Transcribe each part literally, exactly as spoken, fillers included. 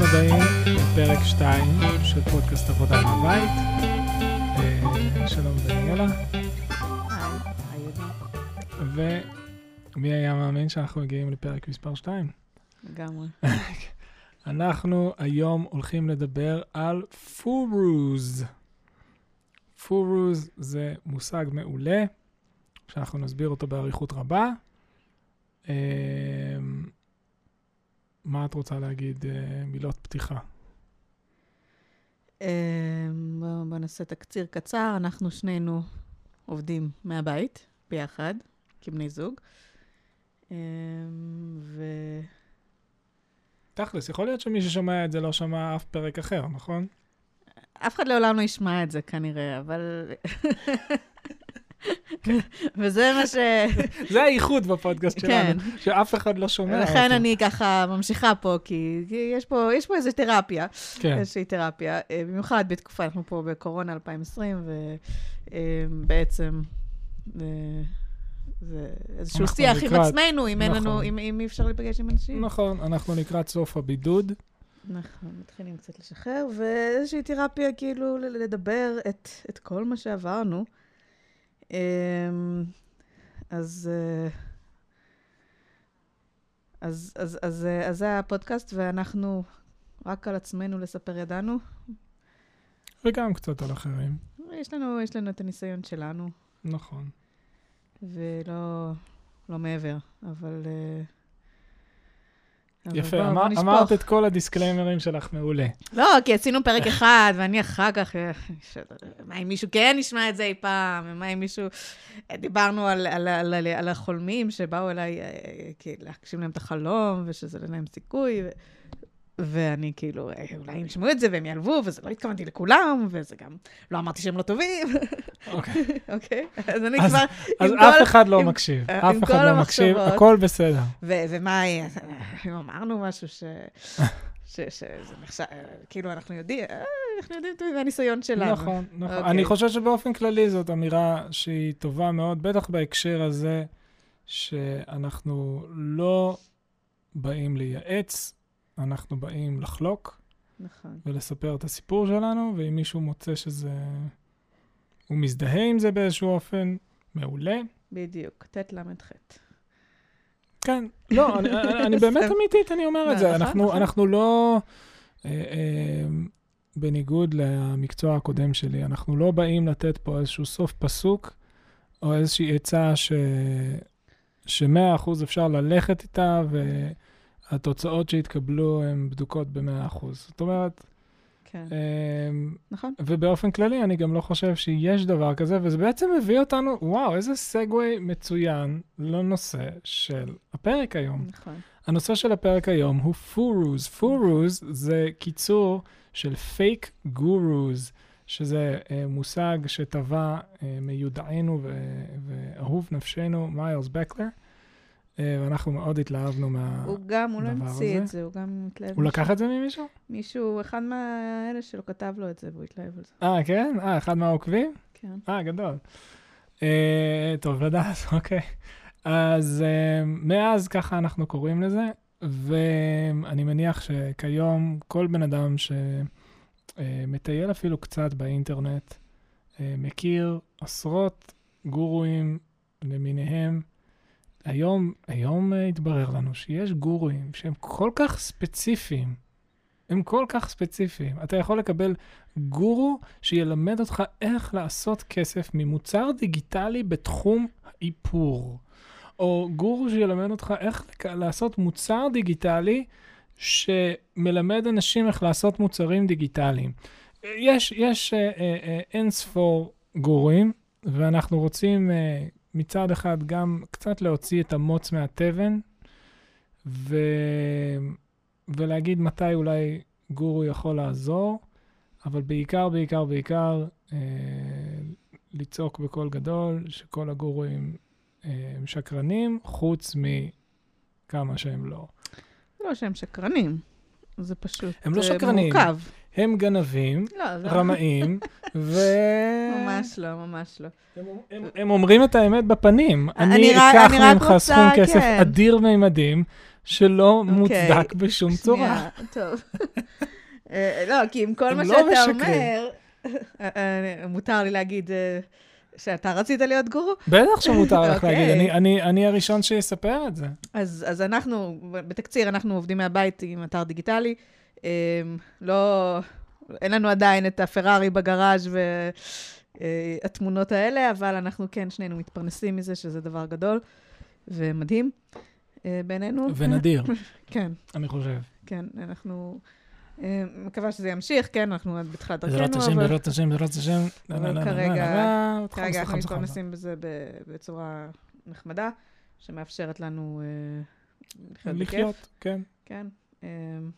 הבאים לפרק שתיים של פודקאסט עבודה מהבית. שלום דניאלה. היי, היי. ומי היה מאמין שאנחנו מגיעים לפרק מספר שתיים? לגמרי. אנחנו היום הולכים לדבר על פורוז. פורוז זה מושג מעולה, שאנחנו נסביר אותו בעריכות רבה. מה את רוצה להגיד, מילות פתיחה? בוא נעשה תקציר קצר. אנחנו שנינו עובדים מהבית, ביחד, כבני זוג. ו... תכלס, יכול להיות שמי ששומע את זה לא שמע אף פרק אחר, נכון? אף אחד לעולם לא ישמע את זה כנראה, אבל... וזה מה ש... זה הייחוד בפודקאסט שלנו, שאף אחד לא שומע אותו. לכן אני ככה ממשיכה פה, כי יש פה, יש פה איזו תרפיה, איזושהי תרפיה, במיוחד בתקופה, אנחנו פה בקורונה אלפיים עשרים, ובעצם זה איזשהו שיח עם עצמנו, אם אין לנו, אם אי אפשר להיפגש עם אנשים. נכון, אנחנו לקראת סוף הבידוד. נכון, מתחילים קצת לשחרר, ואיזושהי תרפיה כאילו לדבר את כל מה שעברנו. אז אז אז אז אז זה הפודקאסט, ואנחנו רק על עצמנו לספר ידענו. וגם קצת על אחרים. יש לנו יש לנו את הניסיון שלנו. נכון. ולא לא מעבר, אבל יפה, אמרת את כל הדיסקליימרים שלך מעולה. לא, כי עשינו פרק אחד, ואני אחר כך, מה אם מישהו כן נשמע את זה אי פעם, מה אם מישהו, דיברנו על החולמים שבאו אליי להקשיב להם את החלום, ושזה להם סיכוי, ואני כאילו, אולי הם ישמעו את זה והם יעלבו, וזה לא התכוונתי לכולם, וזה גם, לא אמרתי שהם לא טובים. אוקיי. אוקיי? אז אני כבר... אז אף אחד לא מקשיב, אף אחד לא מקשיב, הכל בסדר. ומה, אם אמרנו משהו ש... שזה נחשב, כאילו אנחנו יודעים, אנחנו יודעים את הניסיון שלנו. נכון, נכון. אני חושב שבאופן כללי זאת אמירה שהיא טובה מאוד, בטח בהקשר הזה, שאנחנו לא באים לייעץ, אנחנו באים לחלוק, נכון. ולספר את הסיפור שלנו, ואם מישהו מוצא שזה, הוא מזדהה עם זה באיזשהו אופן, מעולה. בדיוק, תת למד חט. כן, לא, אני, אני באמת אמיתית, אני אומר את זה. אנחנו, אנחנו לא, אה, אה, בניגוד למקצוע הקודם שלי, אנחנו לא באים לתת פה איזשהו סוף פסוק, או איזושהי עצה ש, שמאה אחוז אפשר ללכת איתה, ו... התוצאות שהתקבלו הן בדוקות ב-מאה אחוז. זאת אומרת, כן. נכון. ובאופן כללי אני גם לא חושב שיש דבר כזה, וזה בעצם מביא אותנו, וואו, איזה סגווי מצוין לנושא של הפרק היום. נכון. הנושא של הפרק היום הוא פורוז. פורוז זה קיצור של פייק גורוז, שזה מושג שטבע מיודענו ואהוב נפשנו, מיילס בקלר. ואנחנו מאוד התלהבנו מהדבר הזה. הוא גם, הוא לא המציא את זה, הוא גם התלהב. הוא לקח את זה ממישהו? מישהו, אחד מהאלה שלו כתב לו את זה, והוא התלהב על זה. אה, כן? אה, אחד מהעוקבים? כן. אה, גדול. טוב, לדעת, אוקיי. אז מאז ככה אנחנו קוראים לזה, ואני מניח שכיום כל בן אדם שמטייל אפילו קצת באינטרנט, מכיר עשרות גורואים למיניהם, היום, היום התברר לנו שיש גורואים שהם כל כך ספציפיים. הם כל כך ספציפיים. אתה יכול לקבל גורו שילמד אותך איך לעשות כסף ממוצר דיגיטלי בתחום האיפור. או גורו שילמד אותך איך לעשות מוצר דיגיטלי שמלמד אנשים איך לעשות מוצרים דיגיטליים. יש, יש אה, אה, אין ספור גורואים, ואנחנו רוצים... אה, מצד אחד גם קצת להוציא את המוץ מהטבן, ו... ולהגיד מתי אולי גורו יכול לעזור, אבל בעיקר, בעיקר, בעיקר, אה, לצעוק בקול גדול, שכל הגורואים אה, הם שקרנים, חוץ מכמה שהם לא. לא שהם שקרנים, זה פשוט הם לא אה, שקרנים. מורכב. הם גנבים, לא, זה... רמאים, ו... ממש לא, ממש לא. הם, הם, הם אומרים את האמת בפנים. אני אני רק- אקח אני רק ממך רוצה, סכום כסף כן. אדיר מימדים, שלא אוקיי. מוצדק בשום צורה. שנייה, טוב. אה, לא, כי עם כל הם מה לא שאתה משקרים. אומר, אה, אה, מותר לי להגיד אה, שאתה רצית להיות גורו? בטח שמותר לך אוקיי. להגיד, אני, אני, אני הראשון שיספר את זה. אז, אז אנחנו, בתקציר, אנחנו עובדים מהבית עם אתר דיגיטלי. אה, לא, אין לנו עדיין את הפרארי בגראז' והתמונות האלה, אבל אנחנו כן, שנינו מתפרנסים מזה, שזה דבר גדול ומדהים אה, בינינו. ונדיר, כן, אני חושב. כן, אנחנו אה, מקווה שזה ימשיך, כן, אנחנו עד בתחילת דרכנו, בעזרת השם, בעזרת השם, בעזרת השם. אבל כרגע- כרגע אנחנו מתפרנסים בזה ב- בצורה נחמדה, שמאפשרת לנו אה, לחיות בכיף. לחיות, כן. כן. אה,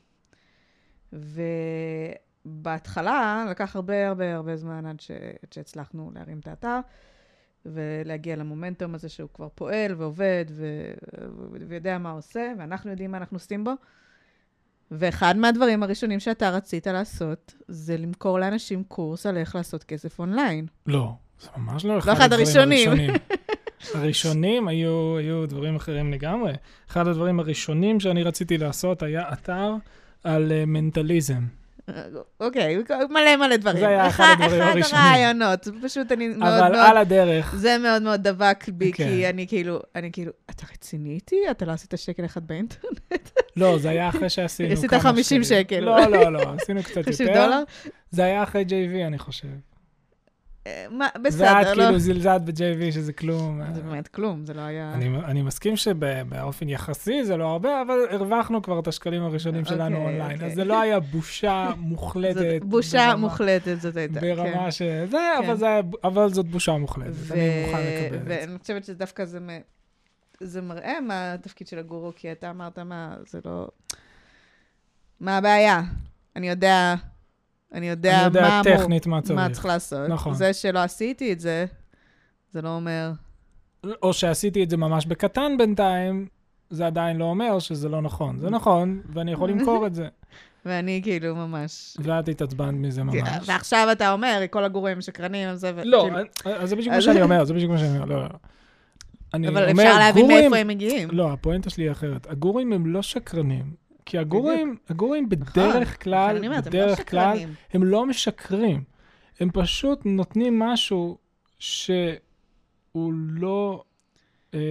ובהתחלה לקח הרבה הרבה הרבה זמן עד ש- עד שהצלחנו להרים את האתר, ולהגיע למומנטום הזה שהוא כבר פועל ועובד ו- ויודע מה עושה, ואנחנו יודעים מה אנחנו עושים בו. ואחד מהדברים הראשונים שאתה רצית לעשות, זה למכור לאנשים קורס על איך לעשות כסף אונליין. לא, זה ממש לא אחד אחד הדברים הראשונים. הראשונים. הראשונים היו, היו דברים אחרים לגמרי. אחד הדברים הראשונים שאני רציתי לעשות היה אתר על uh, מנטליזם. אוקיי, מלא מלא דברים. זה היה אחד הדברים אחד הראשונים. הרעיונות, פשוט אני מאוד אבל מאוד... על הדרך, זה מאוד מאוד דבק בי, כן. כי אני כאילו, אני כאילו, אתה רציני איתי? אתה לא עשית שקל אחד באינטרנט? לא, זה היה אחרי שעשינו עשית כמה חמישים שקלים. שקל. לא, לא, לא, עשינו קצת חמישים יותר. דולר? זה היה אחרי ג'יי וי, אני חושב. אה, מה, ואת בסדר, לא. כאילו זלזלת ב-ג'יי וי, שזה כלום. זה באמת כלום, זה לא היה... אני, אני מסכים שבאופן יחסי זה לא הרבה, אבל הרווחנו כבר את השקלים הראשונים שלנו אוקיי, אונליין. אוקיי. אז זה לא היה בושה מוחלטת. זאת בושה ברמה- מוחלטת זאת הייתה. כן. ברמה ש... זה, כן. אבל, זה היה, אבל זאת בושה מוחלטת. ו- אני מוכן לקבל את זה. ואני חושבת שדווקא זה, מ- זה מראה מה התפקיד של הגורו, כי אתה אמרת מה, זה לא... מה הבעיה? אני יודע, אני יודע, אני יודע מה, אמור, טכנית מה צריך. מה צריך לעשות. נכון. זה שלא עשיתי את זה, זה לא אומר... או שעשיתי את זה ממש בקטן בינתיים, זה עדיין לא אומר שזה לא נכון. זה נכון, ואני יכול למכור את זה. ואני כאילו ממש... ואת התעצבנת מזה ממש. ועכשיו אתה אומר, כל הגורים משקרנים, זה ו... לא, כאילו- אז זה בדיוק מה אז- שאני אומר, זה בדיוק מה שאני אומר. לא, לא. אני אבל אומר, אפשר להבין גורים- מאיפה הם מגיעים. לא, הפואנטה שלי היא אחרת. הגורים הם לא שקרנים. כי הגורים, הגורים בדרך כלל, נכון, אני אומרת, הם לא בדרך כלל, שקרנים. הם לא משקרים. הם פשוט נותנים משהו שהוא לא... הם,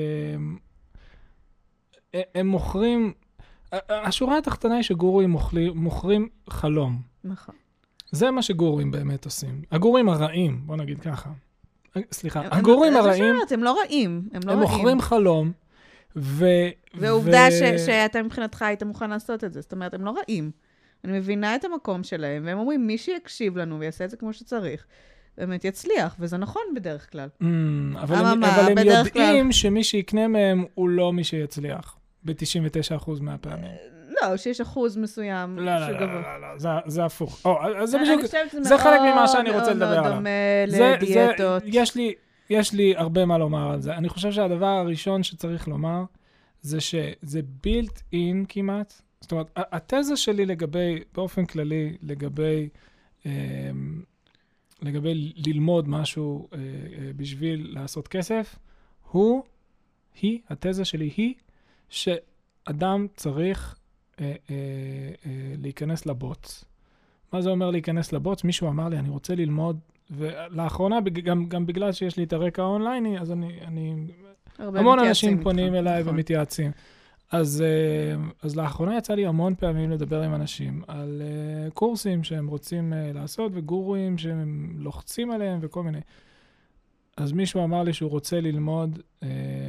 הם מוכרים... השורה התחתונה היא שגורים מוכרים, מוכרים חלום. נכון. זה מה שגורים באמת עושים. הגורים הרעים, בוא נגיד ככה. סליחה, הם- הגורים זה הרעים, שאומרת, הם לא רעים. הם לא הם רעים. מוכרים חלום, ו... ועובדה ו- ש- שאתה מבחינתך היית מוכן לעשות את זה. זאת אומרת, הם לא רעים. אני מבינה את המקום שלהם, והם אומרים, מי שיקשיב לנו ויעשה את זה כמו שצריך, באמת יצליח, וזה נכון בדרך כלל. Mm, אבל הם, אממה, אבל הם בדרך יודעים שמי שיקנה מהם הוא לא מי שיצליח, ב-תשעים ותשעה אחוז מהפעמים. לא, שיש אחוז מסוים לא, לא, שהוא לא, גבוה. לא, לא, זה- זה הפוך. או, אז זה אני בדיוק, חושבת שזה זה חלק מאוד, ממה שאני רוצה מאוד, לדבר מאוד עליו. דומה זה, זה, לדיאטות. יש לי, יש לי הרבה מה לומר על זה. אני חושב שהדבר הראשון שצריך לומר, זה שזה built in כמעט. זאת אומרת, ה- התזה שלי לגבי, באופן כללי, לגבי, אה, לגבי ללמוד משהו אה, אה, בשביל לעשות כסף, הוא, היא, התזה שלי היא, שאדם צריך אה, אה, אה, להיכנס לבוץ. מה זה אומר להיכנס לבוץ? מישהו אמר לי, אני רוצה ללמוד, ולאחרונה, בג- גם, גם בגלל שיש לי את הרקע האונלייני, אז אני, אני הרבה המון מתייעצים אנשים איתך. פונים אליי נכון. ומתייעצים. אז, אה, אז לאחרונה יצא לי המון פעמים לדבר עם אנשים על אה, קורסים שהם רוצים אה, לעשות, וגורואים שהם לוחצים עליהם וכל מיני. אז מישהו אמר לי שהוא רוצה ללמוד, אה,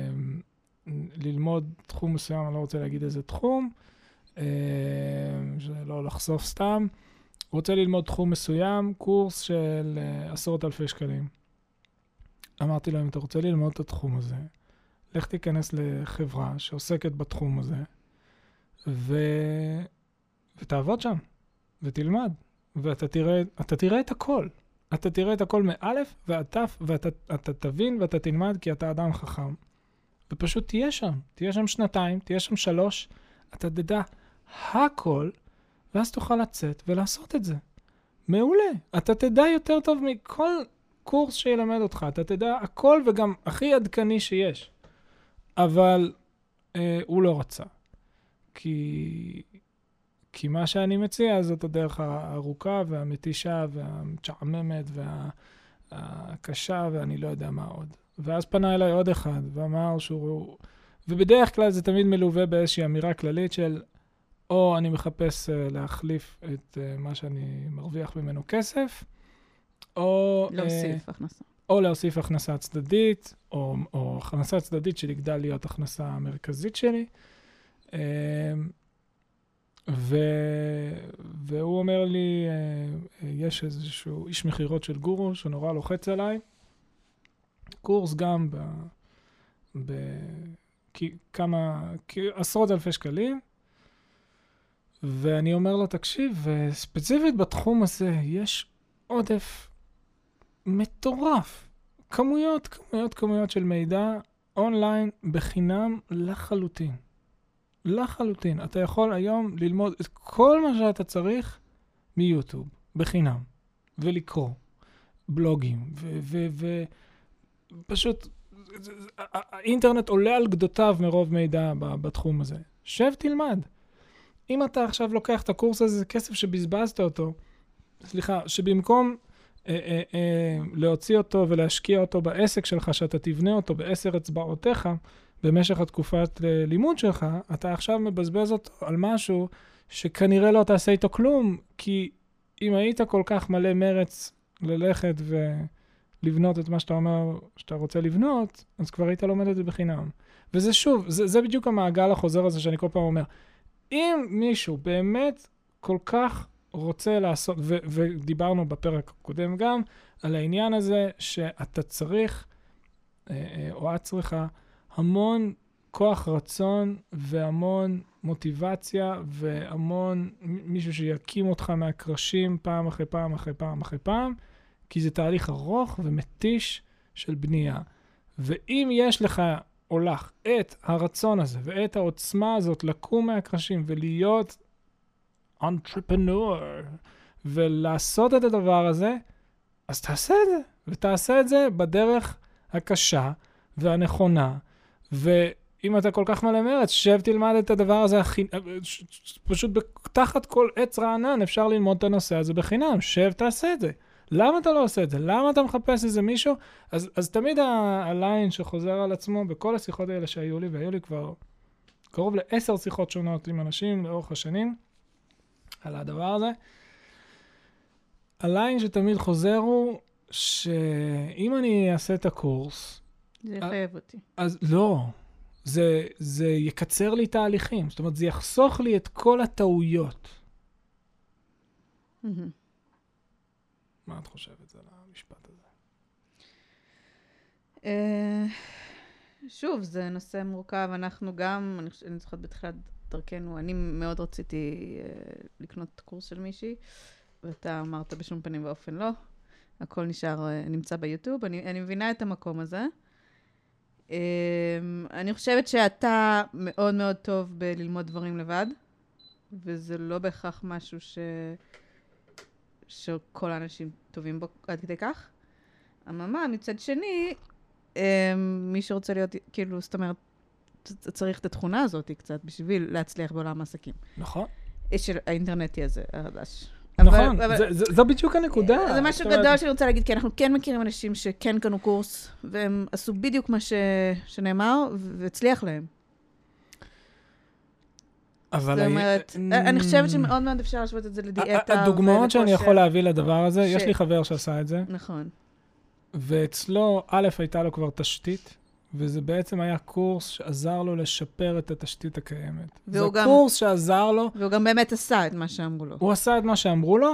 ללמוד תחום מסוים, אני לא רוצה להגיד איזה תחום, אה, שלא לחשוף סתם. הוא רוצה ללמוד תחום מסוים, קורס של אה, עשרות אלפי שקלים. אמרתי לו, אם אתה רוצה ללמוד את התחום הזה, לך תיכנס לחברה שעוסקת בתחום הזה, ו... ותעבוד שם, ותלמד, ואתה תראה, אתה תראה את הכל. אתה תראה את הכל מאלף ועד תף, ואתה אתה תבין ואתה תלמד כי אתה אדם חכם. ופשוט תהיה שם. תהיה שם שנתיים, תהיה שם שלוש, אתה תדע הכל, ואז תוכל לצאת ולעשות את זה. מעולה. אתה תדע יותר טוב מכל קורס שילמד אותך. אתה תדע הכל וגם הכי עדכני שיש. אבל אה, הוא לא רצה. כי, כי מה שאני מציע זאת הדרך הארוכה והמתישה והמצ'עממת והקשה ואני לא יודע מה עוד. ואז פנה אליי עוד אחד ואמר שהוא... ובדרך כלל זה תמיד מלווה באיזושהי אמירה כללית של או אני מחפש uh, להחליף את uh, מה שאני מרוויח ממנו כסף, או... להוסיף uh, הכנסה. או להוסיף הכנסה צדדית, או, או הכנסה צדדית שתגדל להיות הכנסה המרכזית שלי. Uh, ו... והוא אומר לי, uh, יש איזשהו איש מחירות של גורו שנורא לוחץ עליי. קורס גם ב... ב... כמה, עשרות אלפי שקלים, ואני אומר לו, תקשיב, ספציפית בתחום הזה יש עודף מטורף. כמויות, כמויות, כמויות של מידע אונליין בחינם לחלוטין. לחלוטין. אתה יכול היום ללמוד את כל מה שאתה צריך מיוטיוב, בחינם, ולקרוא בלוגים, ופשוט... האינטרנט עולה על גדותיו מרוב מידע בתחום הזה. שב תלמד. אם אתה עכשיו לוקח את הקורס הזה, זה כסף שבזבזת אותו, סליחה, שבמקום אה, אה, אה, להוציא אותו ולהשקיע אותו בעסק שלך, שאתה תבנה אותו בעשר אצבעותיך, במשך התקופת לימוד שלך, אתה עכשיו מבזבז אותו על משהו שכנראה לא תעשה איתו כלום, כי אם היית כל כך מלא מרץ ללכת ו... לבנות את מה שאתה אומר שאתה רוצה לבנות, אז כבר היית לומד את זה בחינם. וזה שוב, זה, זה בדיוק המעגל החוזר הזה שאני כל פעם אומר. אם מישהו באמת כל כך רוצה לעשות, ו, ודיברנו בפרק הקודם גם, על העניין הזה שאתה צריך, או את צריכה, המון כוח רצון והמון מוטיבציה והמון מישהו שיקים אותך מהקרשים פעם אחרי פעם אחרי פעם אחרי פעם, כי זה תהליך ארוך ומתיש של בנייה. ואם יש לך או לך את הרצון הזה ואת העוצמה הזאת לקום מהקרשים ולהיות entrepreneur ולעשות את הדבר הזה, אז תעשה את זה. ותעשה את זה בדרך הקשה והנכונה. ואם אתה כל כך מלא מרץ, שב תלמד את הדבר הזה. פשוט תחת כל עץ רענן אפשר ללמוד את הנושא הזה בחינם. שב תעשה את זה. למה אתה לא עושה את זה? למה אתה מחפש איזה מישהו? אז, אז תמיד הליין שחוזר על עצמו בכל השיחות האלה שהיו לי, והיו לי כבר קרוב לעשר שיחות שונות עם אנשים לאורך השנים על הדבר הזה. הליין שתמיד חוזר הוא שאם אני אעשה את הקורס... זה יחייב אותי. אז לא, זה, זה יקצר לי תהליכים. זאת אומרת, זה יחסוך לי את כל הטעויות. Mm-hmm. מה את חושבת על המשפט הזה? שוב, זה נושא מורכב. אנחנו גם, אני זוכרת בתחילת דרכנו, אני מאוד רציתי לקנות קורס של מישהי, ואתה אמרת בשום פנים ואופן לא. הכל נשאר, נמצא ביוטיוב. אני, אני מבינה את המקום הזה. אני חושבת שאתה מאוד מאוד טוב בללמוד דברים לבד, וזה לא בהכרח משהו ש... שכל האנשים טובים בו עד כדי כך. אממה, מצד שני, מי שרוצה להיות, כאילו, זאת אומרת, צריך את התכונה הזאת קצת בשביל להצליח בעולם העסקים. נכון. של האינטרנטי הזה, החדש. נכון, זו בדיוק הנקודה. זה משהו גדול שאני רוצה להגיד, כי אנחנו כן מכירים אנשים שכן קנו קורס, והם עשו בדיוק מה שנאמר, והצליח להם. אבל... זאת אומרת, אני חושבת שמאוד מאוד אפשר להשוות את זה לדיאטה. הדוגמאות שאני יכול להביא לדבר הזה, יש לי חבר שעשה את זה. נכון. ואצלו, א', הייתה לו כבר תשתית, וזה בעצם היה קורס שעזר לו לשפר את התשתית הקיימת. זה קורס שעזר לו... והוא גם באמת עשה את מה שאמרו לו. הוא עשה את מה שאמרו לו,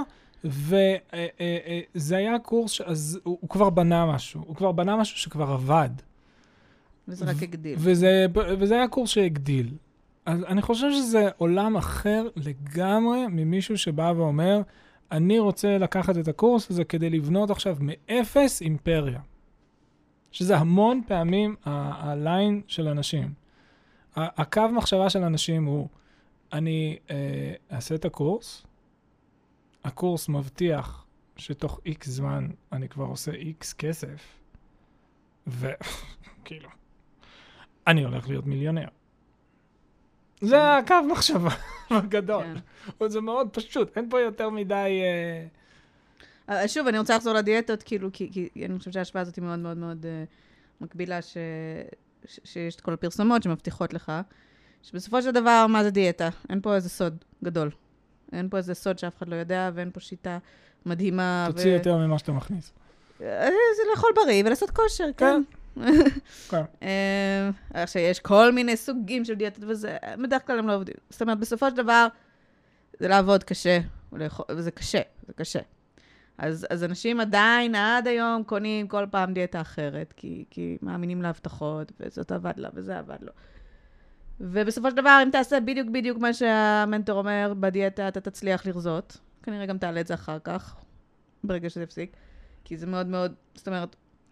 וזה היה קורס שהוא כבר בנה משהו. הוא כבר בנה משהו שכבר עבד. וזה רק הגדיל. וזה היה קורס שהגדיל. אז אני חושב שזה עולם אחר לגמרי ממישהו שבא ואומר, אני רוצה לקחת את הקורס הזה כדי לבנות עכשיו מאפס אימפריה. שזה המון פעמים הליין של אנשים. הקו מחשבה של אנשים הוא, אני אה, אעשה את הקורס, הקורס מבטיח שתוך איקס זמן אני כבר עושה איקס כסף, וכאילו, אני הולך להיות מיליונר. זה הקו מחשבה הגדול. זה מאוד פשוט, אין פה יותר מדי... שוב, אני רוצה לחזור לדיאטות, כאילו, כי אני חושבת שההשפעה הזאת היא מאוד מאוד מאוד מקבילה, שיש את כל הפרסומות שמבטיחות לך, שבסופו של דבר, מה זה דיאטה? אין פה איזה סוד גדול. אין פה איזה סוד שאף אחד לא יודע, ואין פה שיטה מדהימה. תוציא יותר ממה שאתה מכניס. זה לאכול בריא ולעשות כושר, כן. כן. שיש כל מיני סוגים של דיאטות, וזה, בדרך כלל הם לא עובדים. זאת אומרת, בסופו של דבר, זה לעבוד קשה, וזה קשה, זה קשה. אז, אז אנשים עדיין, עד היום, קונים כל פעם דיאטה אחרת, כי, כי מאמינים להבטחות, וזאת עבד לה, וזה עבד לו. ובסופו של דבר, אם תעשה בדיוק בדיוק מה שהמנטור אומר בדיאטה, אתה תצליח לרזות. כנראה גם תעלה את זה אחר כך, ברגע שזה יפסיק. כי זה מאוד מאוד, זאת אומרת,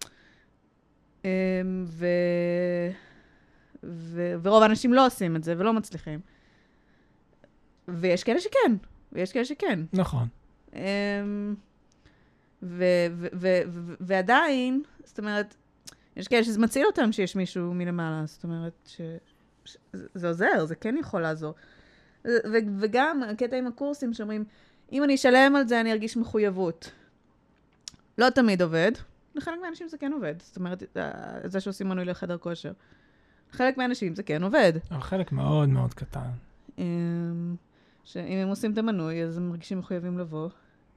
ו... ו... ורוב האנשים לא עושים את זה, ולא מצליחים. ויש כאלה שכן, ויש כאלה שכן. נכון. ו... ו... ו... ו... ועדיין, זאת אומרת, יש כאלה שזה מציל אותם שיש מישהו מלמעלה, זאת אומרת, ש... ש... זה עוזר, זה כן יכול לעזור. ו... וגם הקטע עם הקורסים שאומרים, אם אני אשלם על זה, אני ארגיש מחויבות. לא תמיד עובד. לחלק מהאנשים זה כן עובד. זאת אומרת, זה שעושים מנוי לחדר כושר. לחלק מהאנשים זה כן עובד. אבל חלק מאוד מאוד קטן. שאם הם עושים את המנוי, אז הם מרגישים מחויבים לבוא.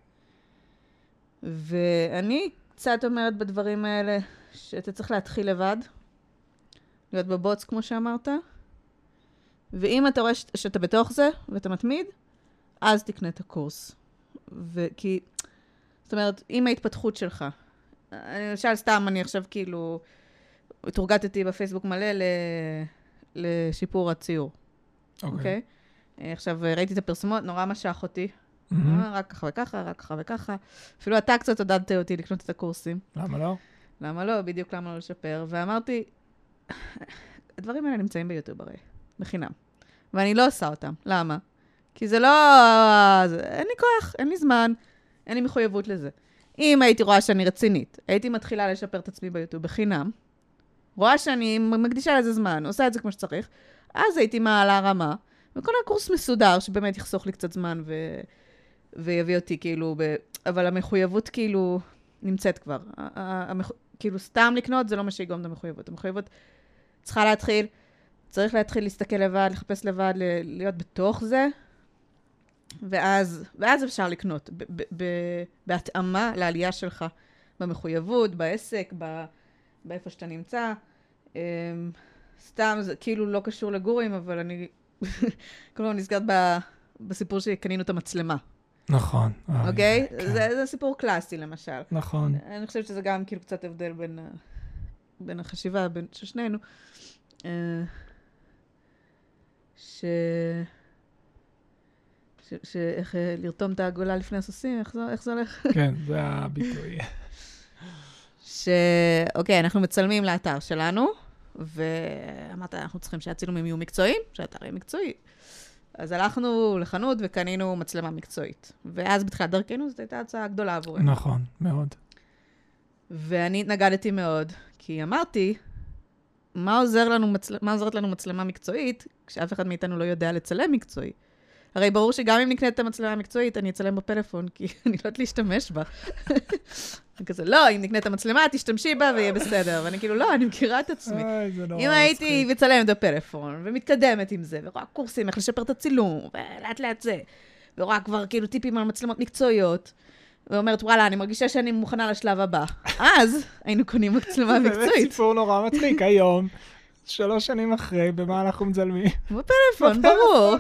ואני קצת אומרת בדברים האלה, שאתה צריך להתחיל לבד, להיות בבוץ, כמו שאמרת, ואם אתה רואה שאתה בתוך זה, ואתה מתמיד, אז תקנה את הקורס. וכי, זאת אומרת, עם ההתפתחות שלך, אני למשל סתם, אני עכשיו כאילו, התורגטתי בפייסבוק מלא לשיפור הציור. אוקיי? עכשיו ראיתי את הפרסומות, נורא משך אותי. רק ככה וככה, רק ככה וככה. אפילו אתה קצת עודדת אותי לקנות את הקורסים. למה לא? למה לא? בדיוק למה לא לשפר. ואמרתי, הדברים האלה נמצאים ביוטיוב הרי, בחינם. ואני לא עושה אותם. למה? כי זה לא... אין לי כוח, אין לי זמן, אין לי מחויבות לזה. אם הייתי רואה שאני רצינית, הייתי מתחילה לשפר את עצמי ביוטיוב בחינם, רואה שאני מקדישה לזה זמן, עושה את זה כמו שצריך, אז הייתי מעלה רמה, וכל הקורס מסודר, שבאמת יחסוך לי קצת זמן ו... ויביא אותי כאילו, ב... אבל המחויבות כאילו נמצאת כבר. המח... כאילו סתם לקנות זה לא מה שיגרום את המחויבות. המחויבות צריכה להתחיל, צריך להתחיל להסתכל לבד, לחפש לבד, להיות בתוך זה, ואז, ואז אפשר לקנות, ב- ב- ב- בהתאמה לעלייה שלך, במחויבות, בעסק, ב- באיפה שאתה נמצא. סתם, זה כאילו לא קשור לגורים, אבל אני, כלומר, נזכרת ב- בסיפור שקנינו את המצלמה. נכון. אוקיי? Okay? כן. זה, זה סיפור קלאסי, למשל. נכון. אני חושבת שזה גם כאילו קצת הבדל בין, בין החשיבה, בין ששנינו. ש... שאיך לרתום את העגולה לפני הסוסים, איך זה, איך זה הולך? כן, זה הביטוי. שאוקיי, אנחנו מצלמים לאתר שלנו, ואמרת, אנחנו צריכים שהצילומים יהיו מקצועיים, שהאתר יהיה מקצועי. אז הלכנו לחנות וקנינו מצלמה מקצועית. ואז בתחילת דרכנו, זאת הייתה הצעה גדולה עבורנו. נכון, מאוד. ואני התנגדתי מאוד, כי אמרתי, מה עוזר לנו, מצל... מה עוזרת לנו מצלמה מקצועית, כשאף אחד מאיתנו לא יודע לצלם מקצועי? הרי ברור שגם אם נקנה את המצלמה המקצועית, אני אצלם בפלאפון, כי אני לא יודעת להשתמש בה. כזה, לא, אם נקנה את המצלמה, תשתמשי בה ויהיה בסדר. ואני כאילו, לא, אני מכירה את עצמי. אם הייתי מצלמת בפלאפון, ומתקדמת עם זה, ורואה קורסים, איך לשפר את הצילום, ולאט לאט זה, ורואה כבר כאילו טיפים על מצלמות מקצועיות, ואומרת, וואלה, אני מרגישה שאני מוכנה לשלב הבא. אז היינו קונים מצלמה מקצועית. זה באמת סיפור נורא מצחיק, היום, שלוש שנים אחרי, במה אנחנו מצלמים? בפלאפון, ברור.